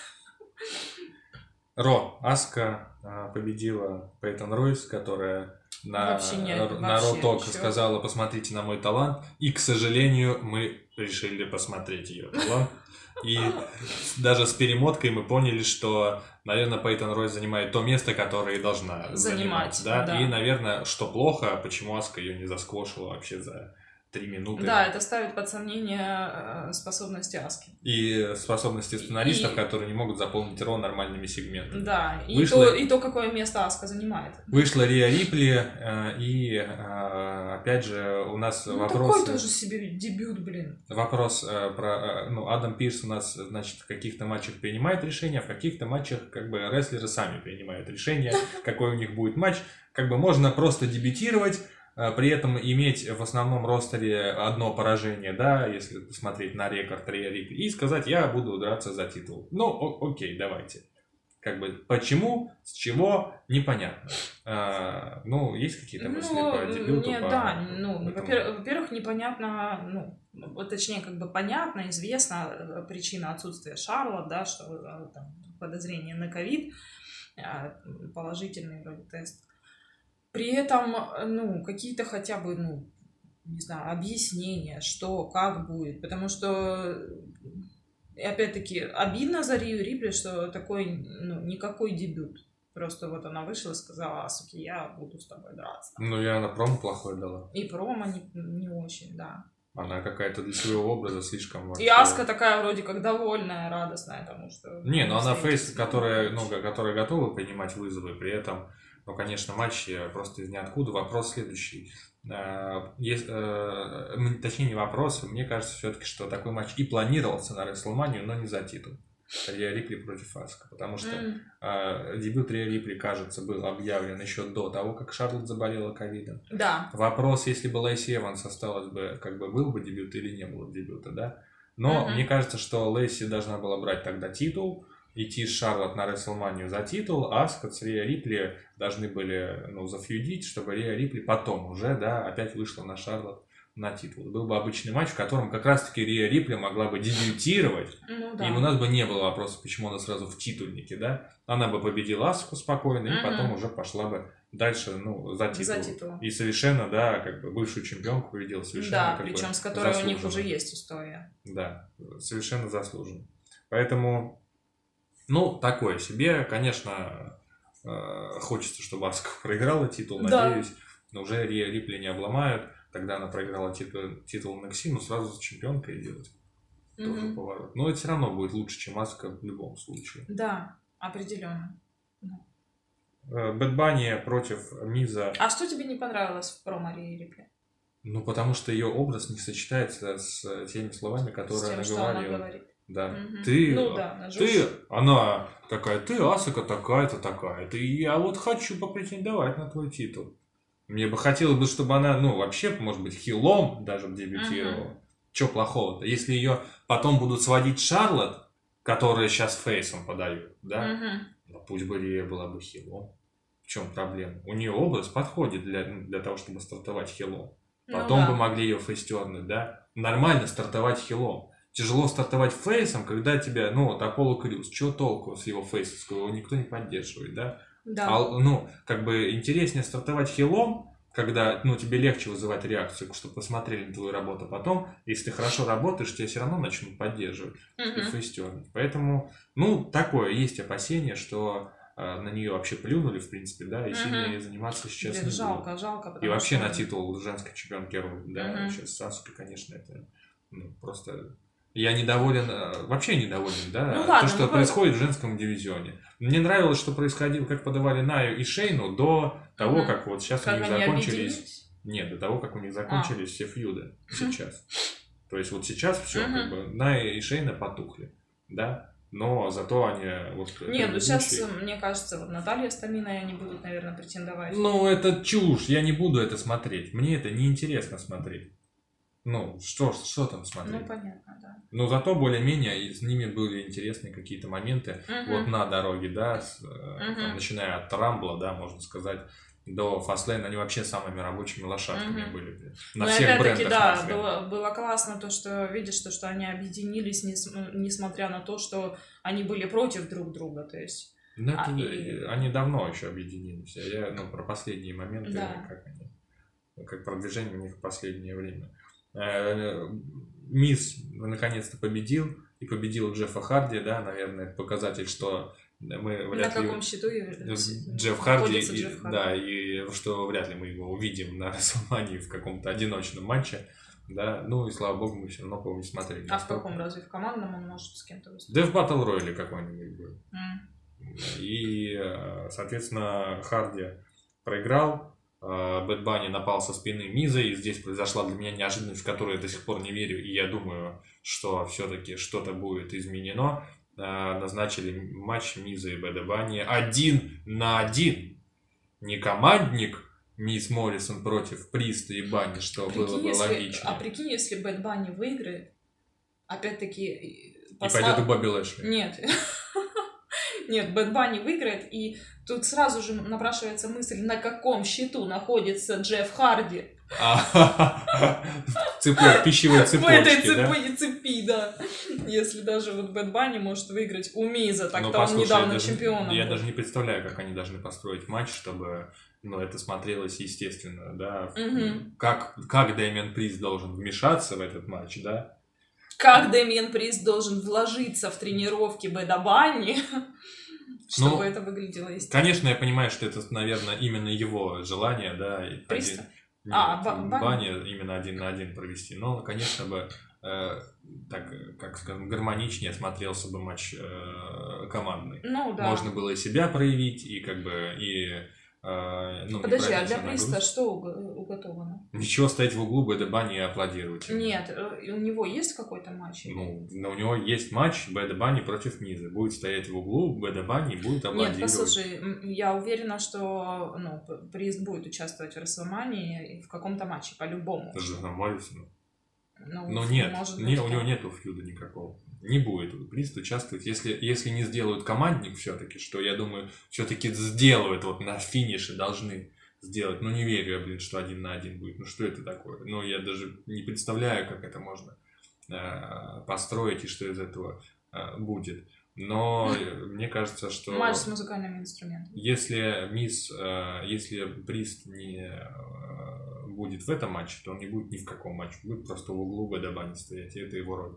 Ро. Аска победила Пейтон Ройс, которая на Ро Ток сказала: посмотрите на мой талант. И, к сожалению, мы решили посмотреть ее талант. И даже с перемоткой мы поняли, что, наверное, Пейтон Ройс занимает то место, которое и должна занимать. Да? И, наверное, что плохо, почему Аска ее не засквошила вообще за 3 минуты. Да, это ставит под сомнение способности Аски. И способности сценаристов, которые не могут заполнить Ро нормальными сегментами. Да, и то, какое место Аска занимает. Вышла Риа Рипли, и опять же у нас вопрос... Такой тоже себе дебют, блин. Вопрос про... Адам Пирс у нас, значит, в каких-то матчах принимает решения, а в каких-то матчах как бы рестлеры сами принимают решения, какой у них будет матч. Как бы можно просто дебютировать, при этом иметь в основном ростере одно поражение, да, если посмотреть на рекорд Риа Рипли, и сказать: я буду драться за титул. Окей, давайте. Как бы почему, с чего, непонятно. Есть какие-то мысли по дебюту? Нет, да, во-первых, непонятно, точнее, как бы понятно, известна причина отсутствия Шарлотт, да, что там подозрение на ковид, положительный вроде тест. При этом, какие-то хотя бы, не знаю, объяснения, что, как будет, потому что, опять-таки, обидно за Рию Рипли, что такой, никакой дебют. Просто вот она вышла и сказала: Асуки, я буду с тобой драться. И она промо плохое дала. И промо не очень, да. Она какая-то для своего образа слишком вообще... И Аска такая вроде как довольная, радостная тому, что... она фейс, которая готова принимать вызовы, при этом... конечно, матч просто из ниоткуда. Вопрос следующий. Точнее, не вопрос. Мне кажется все-таки, что такой матч и планировался на WrestleMania, но не за титул. Риа Рипли против Аска. Потому что дебют Риа Рипли, кажется, был объявлен еще до того, как Шарлотт заболела ковидом. Да. Вопрос, если бы Лэйси Эванс осталась бы, как бы был бы дебют или не было дебюта, да? Но мне кажется, что Лэйси должна была брать тогда титул, идти с Шарлотт на WrestleMania за титул, а Аска с Риа Рипли должны были зафьюдить, чтобы Риа Рипли потом уже, да, опять вышла на Шарлотт на титул. Был бы обычный матч, в котором как раз-таки Риа Рипли могла бы дебютировать, и у нас бы не было вопроса, почему она сразу в титульнике, да. Она бы победила Аску спокойно, и потом уже пошла бы дальше, за титул. И совершенно, да, как бы бывшую чемпионку победила совершенно. Да, причем с которой у них уже есть история. Да, совершенно заслуженно. Поэтому... такое себе. Конечно, хочется, чтобы Аска проиграла титул, надеюсь. Но уже Риа Рипли не обломают. Тогда она проиграла титул NXT, сразу за чемпионкой делать. Тоже поворот. Но это все равно будет лучше, чем Аска в любом случае. Да, определенно. Бэд Банни против Миза. А что тебе не понравилось в промо Риа Рипли? Потому что ее образ не сочетается с теми словами, которые она говорит. Да. Она такая: ты Асака такая-то, такая-то, и я вот хочу попретендовать на твой титул. Мне бы хотелось, чтобы она, вообще, может быть, хилом даже дебютировала. Чё плохого-то? Если ее потом будут сводить Шарлотт, которая сейчас фейсом подают, да? Пусть бы Рия была бы хилом. В чем проблема? У нее образ подходит для того, чтобы стартовать хилом. Потом бы могли ее фейстернуть, да? Нормально стартовать хилом. Тяжело стартовать фейсом, когда тебя, Аполло Крюс, чего толку с его фейсовского, его никто не поддерживает, да? Да. Как бы интереснее стартовать хилом, когда, тебе легче вызывать реакцию, чтобы посмотрели на твою работу потом. Если ты хорошо работаешь, тебя все равно начнут поддерживать, чтобы фейстернуть. Поэтому, такое есть опасение, что на нее вообще плюнули, в принципе, да, и сильно заниматься сейчас не жалко, будет. Жалко. И вообще на титул женской чемпионки, да, сейчас Сасуки, конечно, это просто... Я недоволен, вообще недоволен, да, что происходит в женском дивизионе. Мне нравилось, что происходило, как подавали Наю и Шейну до того, как вот сейчас у них закончились... Нет, до того, как у них закончились все фьюды сейчас. То есть вот сейчас все, как бы, Ная и Шейна потухли, да. но зато они вот Не, ну сейчас, предыдущие- мне кажется, вот Наталья с Таминой, они будут, наверное, претендовать. Ну, это чушь, я не буду это смотреть. Мне это неинтересно смотреть. Ну, что там Ну, смотреть? понятно, да. Но зато более-менее и с ними были интересные какие-то моменты. Вот Мгм. на дороге, да, Мгм. там, начиная от Рамбла, да, можно сказать, до Фастлейна, они вообще самыми рабочими лошадками Мгм. были. На Ну, и всех опять-таки, брендах да, масляных. было классно то, что видишь, то, что они объединились, несмотря на то, что они были против друг друга, то есть... Ну, это, и... они давно еще объединились. А я, ну, про последние моменты, Да. как продвижение у них в последнее время. Мисс наконец-то победил, и победил Джеффа Харди, да, наверное, это показатель, что мы На вряд ли... каком счету Джефф Харди, находится Джефф Харди? да, и что вряд ли мы его увидим на WrestleMania в каком-то одиночном матче, да, ну и слава богу, мы все равно, по-моему, смотрели. А в каком, разве в командном он может с кем-то выступить? Да в Battle Royale какой-нибудь был. М. И, соответственно, Харди проиграл, Бэд Банни напал со спины Миза, и здесь произошла для меня неожиданность, в которую я до сих пор не верю, и я думаю, что все-таки что-то будет изменено. Назначили матч Миза и Бэда Банни 1-1. Не командник Мисс Моррисон против Приста и Банни, что было бы логичнее. Прикинь, если Бэд Банни выиграет, опять-таки... И пойдет к Бобби Лэшли. Нет. Нет, Бэд Банни выиграет, и тут сразу же напрашивается мысль, на каком счету находится Джефф Харди. Пищевой цепочки, в этой цепи, да. Если даже вот Бэд Банни может выиграть у Миза, так-то он недавно чемпионом Я был. даже не представляю, как они должны построить матч, чтобы это смотрелось естественно, да. Мгм. Как Дэмиан Прист должен вмешаться в этот матч, да. Как Дэмиан Прист должен вложиться в тренировки Бэда Банни, чтобы это выглядело естественно. Конечно, я понимаю, что это, наверное, именно его желание, да. Приста? Банни именно 1-1 провести. Но, конечно бы, так, как скажем, гармоничнее смотрелся бы матч командный. Ну, да. Можно было и себя проявить, и как бы, Подожди, а для Приста что уготовано? Ничего, стоять в углу Бэда Банни и аплодировать. Нет, у него есть какой-то матч? Ну, у него есть матч Бэда Банни против Миза. Будет стоять в углу Бэда Банни и будет аплодировать. Нет, послушай, я уверена, что Прист будет участвовать в WrestleMania и в каком-то матче, по-любому. Это же Моррисона. Ну, нет, может у быть, него нету фьюда никакого. Не будет Прист участвовать, если не сделают командник все-таки, что я думаю, все-таки сделают, вот на финише должны сделать. Ну, не верю я, что 1-1 будет. Ну, что это такое? Ну, я даже не представляю, как это можно построить и что из этого будет. Но мне кажется, что... Матч с музыкальными инструментами. Если Прист не будет в этом матче, то он не будет ни в каком матче. Будет просто в углу Бэда Банни стоять, и это его роль.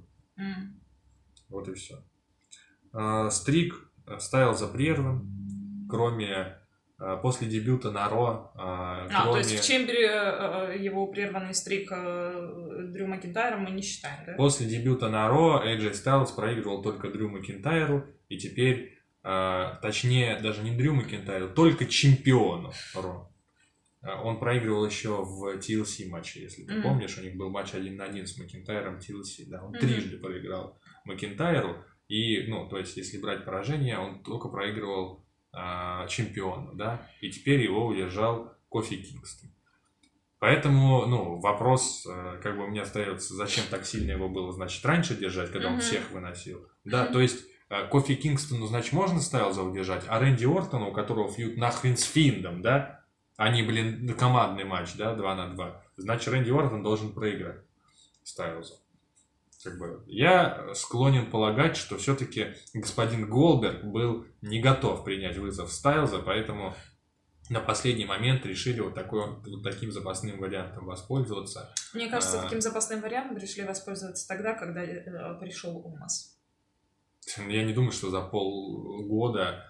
Вот и все. Стрик Стайлза прерван, кроме после дебюта на Ро. То есть в Чембере его прерванный стрик Дрю Макинтайра мы не считаем, да? После дебюта на Ро AJ Styles проигрывал только Дрю Макинтайру, и теперь, точнее, даже не Дрю Макинтайру, только чемпиону Ро. Он проигрывал еще в TLC матче, если ты помнишь, у них был матч 1-1 с Макинтайром TLC, да, он трижды проиграл Макинтайру, и, то есть, если брать поражение, он только проигрывал чемпиону, да, и теперь его удержал Кофи Кингстон. Поэтому, вопрос, как бы у меня остается, зачем так сильно его было, значит, раньше держать, когда он всех выносил. Да, то есть, Кофи Кингстону, значит, можно Стайлза удержать, а Рэнди Ортону, у которого фьюд нахрен с Финдом, да, они, командный матч, да, 2-2, значит, Рэнди Ортон должен проиграть Стайлзу. Как бы, я склонен полагать, что все-таки господин Голдберг был не готов принять вызов Стайлза, поэтому на последний момент решили вот таким запасным вариантом воспользоваться. Мне кажется, таким запасным вариантом решили воспользоваться тогда, когда пришел Омас. Я не думаю, что за полгода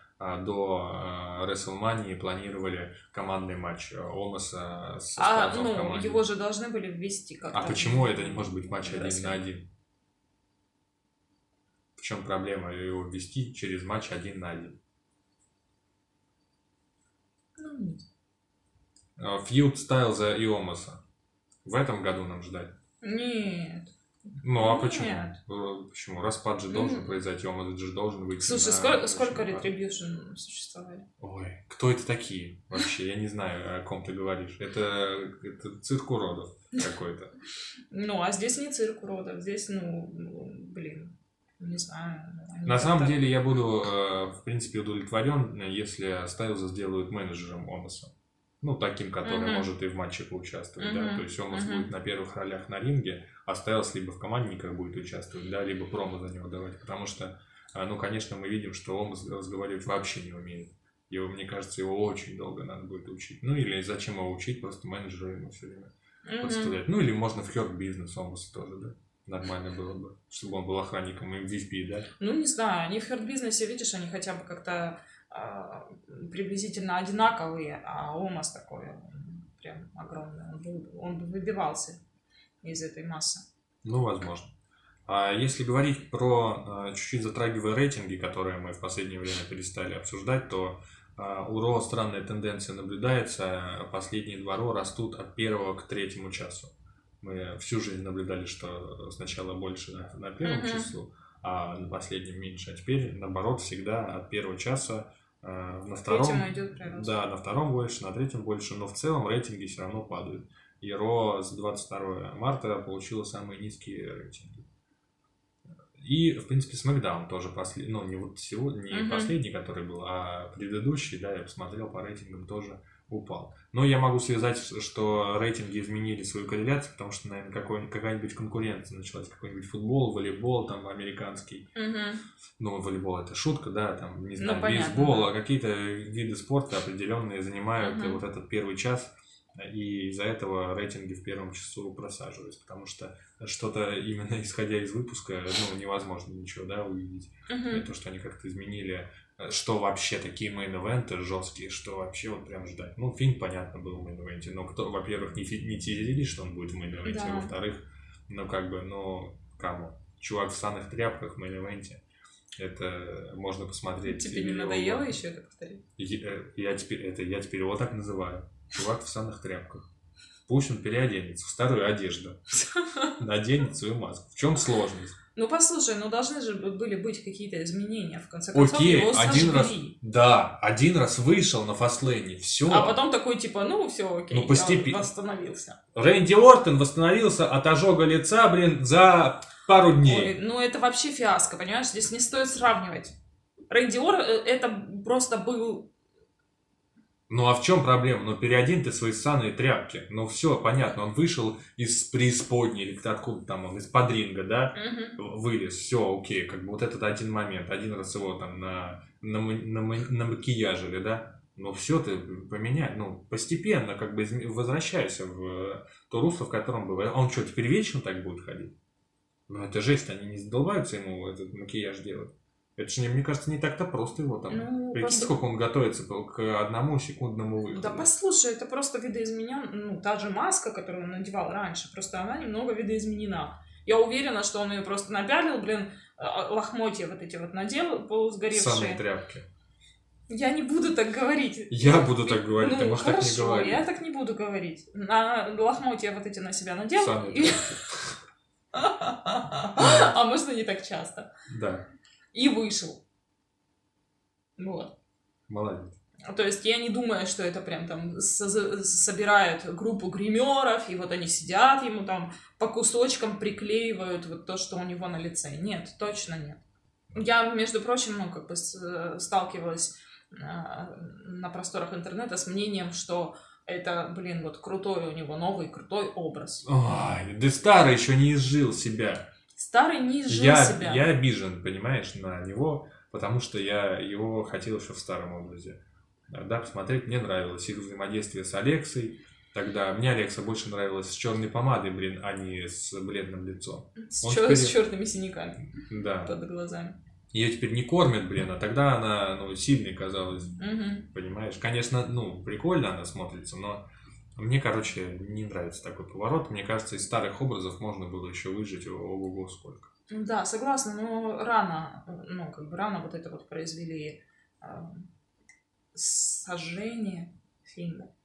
до WrestleMania планировали командный матч Омаса с Стайлзом в команде. Его же должны были ввести как-то. А почему это не может быть матч 1-1? В чем проблема его ввести через матч 1-1? Нет. Фьюд Стайлза и Омаса. В этом году нам ждать? Нет. Ну, а Нет. почему? Почему? Распад же должен произойти, он же должен выйти Слушай, на сколько очень важный. Retribution существовали? Ой, кто это такие вообще? Я не знаю, о ком ты говоришь. Это цирк уродов какой-то. Ну, а здесь не цирк уродов, здесь, блин, не знаю, они На самом как-то... деле я буду, в принципе, удовлетворен, если Стайлза сделают менеджером Омаса. Ну, таким, который Мгм. может и в матче поучаствовать, да. То Мгм. есть Омас будет Мгм. на первых ролях на ринге, а Стайлз либо в командниках будет участвовать, да, либо промо за него давать. Потому что, ну, конечно, мы видим, что Омас разговаривать вообще не умеет. Его, мне кажется, его очень долго надо будет учить. Ну, или зачем его учить, просто менеджера ему все время Мгм. подставлять. Ну, или можно в Hurt бизнес Омаса тоже, да. Нормально было бы, чтобы он был охранником MVP, да. Ну, не знаю, они в херд-бизнесе, видишь, они хотя бы как-то приблизительно одинаковые, а Омас такой, он прям огромный, он бы выбивался из этой массы. Ну, возможно. А если говорить про, чуть-чуть затрагивая рейтинги, которые мы в последнее время перестали обсуждать, то у Ро странная тенденция наблюдается. Последние два Ро растут от первого к третьему часу. Мы всю жизнь наблюдали, что сначала больше на первом Мгм. часу, а на последнем меньше. А теперь, наоборот, всегда от первого часа на К третьему втором, идет прирост. да, на втором больше, на третьем больше, но в целом рейтинги все равно падают. И Ро с 22 марта получила самые низкие рейтинги. И, в принципе, Смакдаун тоже последний, ну, не вот сегодня, не Мгм. последний, который был, а предыдущий, да, я посмотрел по рейтингам, тоже упал. Но я могу связать, что рейтинги изменили свою корреляцию, потому что, наверное, какая-нибудь конкуренция началась, какой-нибудь футбол, волейбол там американский. Мгм. Ну, волейбол это шутка, да, там, не Ну, знаю, понятно, бейсбол, да. а какие-то виды спорта определенные занимают Мгм. вот этот первый час, и из-за этого рейтинги в первом часу просаживаются, потому что что-то именно исходя из выпуска, ну, невозможно ничего, да, увидеть. Мгм. То, что они как-то изменили, что вообще такие мейн-эвенты жесткие, что вообще вот прям ждать. Ну, фильм, понятно, был в мейн-эвенте, но кто, во-первых, не тизерили, что он будет в мейн-эвенте, а Да. во-вторых, ну, как бы, ну, кому? Чувак в санных тряпках в мейн-эвенте. Это можно посмотреть Тебе не где надоело угодно. еще это повторить? Я теперь его так называю. Чувак в санных тряпках. Пусть он переоденется в старую одежду. Наденет свою маску. В чем сложность? Ну, послушай, должны же были быть какие-то изменения. В конце концов, Окей, его сожгли. один раз вышел на фастлейне, все. А потом такой, типа, все, окей, Ну, я постепенно. восстановился. Рэнди Ортон восстановился от ожога лица, за пару дней. Ой, это вообще фиаско, понимаешь? Здесь не стоит сравнивать. Рэнди Ортон, это просто был... Ну а в чем проблема? Ну переодень ты свои ссаные тряпки. Ну все, понятно, он вышел из преисподней, или откуда там он, из-под ринга, да? Вылез, все, окей, как бы вот этот один момент, один раз его там на макияжили, да? Ну все, ты поменяй, ну постепенно как бы возвращайся в то русло, в котором был. А он что, теперь вечно так будет ходить? Ну это жесть, они не задолбаются ему этот макияж делать. Это же, мне кажется, не так-то просто его там. Прикинь, сколько он готовится к одному секундному выходу. Да послушай, это просто видоизменен, та же маска, которую он надевал раньше, просто она немного видоизменена. Я уверена, что он ее просто напялил, лохмотья вот эти вот надел, полусгоревшие. Самые тряпки. Я не буду так говорить. Я буду так говорить, ты можешь так не говорить. Я так не буду говорить. Лохмотья вот эти на себя надел. Самые тряпки. А можно не так часто. Да. И вышел. Вот. Молодец. То есть я не думаю, что это прям там собирают группу гримеров, и вот они сидят, ему там по кусочкам приклеивают вот то, что у него на лице. Нет, точно нет. Я, между прочим, сталкивалась на просторах интернета с мнением, что это, вот крутой у него новый крутой образ. Ой, да старый еще не изжил себя. Старый не изжил себя. Я обижен, понимаешь, на него, потому что я его хотел еще в старом образе. Да, посмотреть мне нравилось их взаимодействие с Алексой. Тогда мне Алекса больше нравилась с черной помадой, а не с бледным лицом. С черными синяками под глазами. Ее теперь не кормят, а тогда она, сильной казалась. Угу. Понимаешь? Конечно, прикольно она смотрится, но мне, не нравится такой поворот. Мне кажется, из старых образов можно было еще выжить ого-го сколько. Да, согласна, но рано, рано вот это вот произвели сожжение фильма.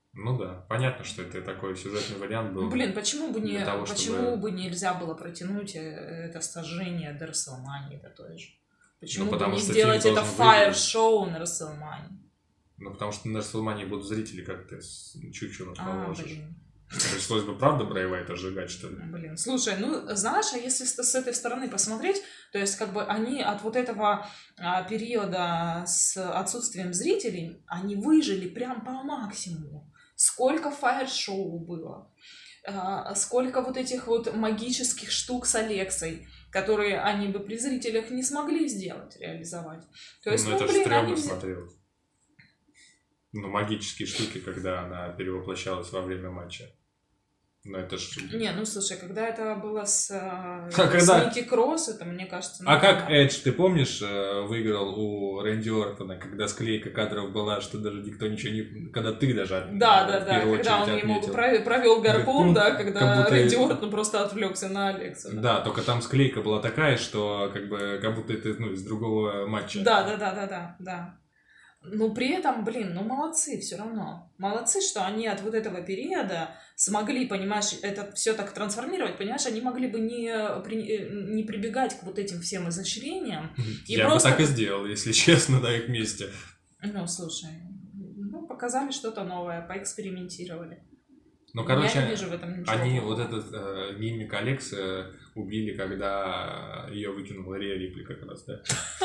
Ну да, понятно, что это такой сюжетный вариант был Блин, почему бы для того, чтобы... нельзя было протянуть это сожжение до Расселмании, до той же? Ну, Почему бы потому не что сделать Финн это должен выиграть. фаер-шоу на Расселмании? Ну, потому что на Расселмании будут зрители, как ты чучело положишь. Блин. Пришлось бы, правда, Брэй Уайта сжигать, что ли? Блин, слушай, ну, знаешь, а если с этой стороны посмотреть, то есть, как бы, они от вот этого периода с отсутствием зрителей, они выжили прям по максимуму. Сколько фаер-шоу было, сколько вот этих вот магических штук с Алексой, которые они бы при зрителях не смогли сделать, реализовать. То есть, Ну, это же блин, стрёмно они... смотрелось. Ну, магические штуки, когда она перевоплощалась во время матча. Ну, это ж... Не, ну слушай, когда это было с когда... Ники Кросс, это, мне кажется... А как Эдж, ты помнишь, выиграл у Рэнди Ортона, когда склейка кадров была, что даже никто ничего не... Когда ты даже Да, когда он ему провел гарпун, да, когда Рэнди Ортон просто отвлекся на Алексу. Да, только там склейка была такая, что как будто это из другого матча. Да. Но при этом, блин, ну молодцы все равно. Молодцы, что они от вот этого периода смогли, понимаешь, это все так трансформировать, понимаешь, они могли бы не прибегать к вот этим всем изощрениям. Я бы так и сделал, если честно, на их месте. Ну, слушай, показали что-то новое, поэкспериментировали. Ну, короче, я не вижу в этом ничего они плохого. вот этот гиммик Алексы убили, когда ее выкинула Рия Рипли как раз, да?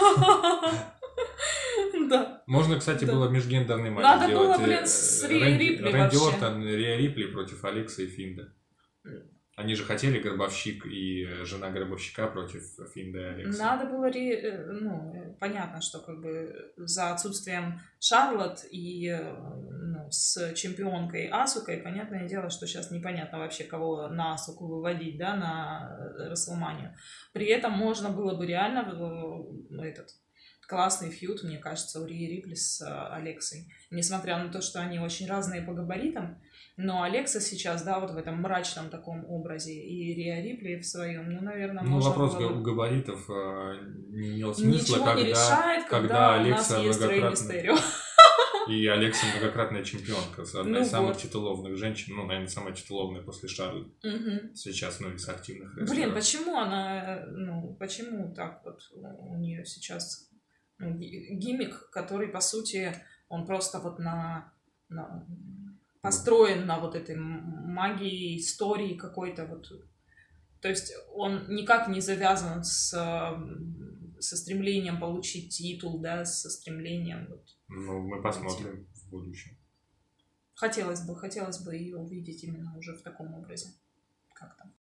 Да. Можно, кстати, было межгендерный матч Надо сделать. было, блин, с Рией Рипли Рэнди вообще. Ортон, Рия Рипли против Алекса и Финда. Они же хотели Гробовщик и жена Гробовщика против Финда и Алекса. Надо было, понятно, что как бы за отсутствием Шарлотт и с чемпионкой Асукой, понятное дело, что сейчас непонятно вообще, кого на Асуку выводить, да, на Расселманию. При этом можно было бы реально этот классный фьюд, мне кажется, у Рии Рипли с Алексой. Несмотря на то, что они очень разные по габаритам, но Алекса сейчас, да, вот в этом мрачном таком образе, и Рия Рипли в своем, наверное, можно вопрос было бы... габаритов не имел смысла, Ничего не решает, когда у нас есть Рэй Мистерио. И Алекса многократная чемпионка, одна из самых титулованных женщин, наверное, самая титулованная после Шарлотт. Сейчас, из активных рестлеров. Блин, почему она, почему так вот у нее сейчас гиммик, который, по сути, он просто вот построен на вот этой магии, истории какой-то вот. То есть он никак не завязан со стремлением получить титул, да, со стремлением... мы посмотрим в будущем. Хотелось бы ее увидеть именно уже в таком образе. Как там?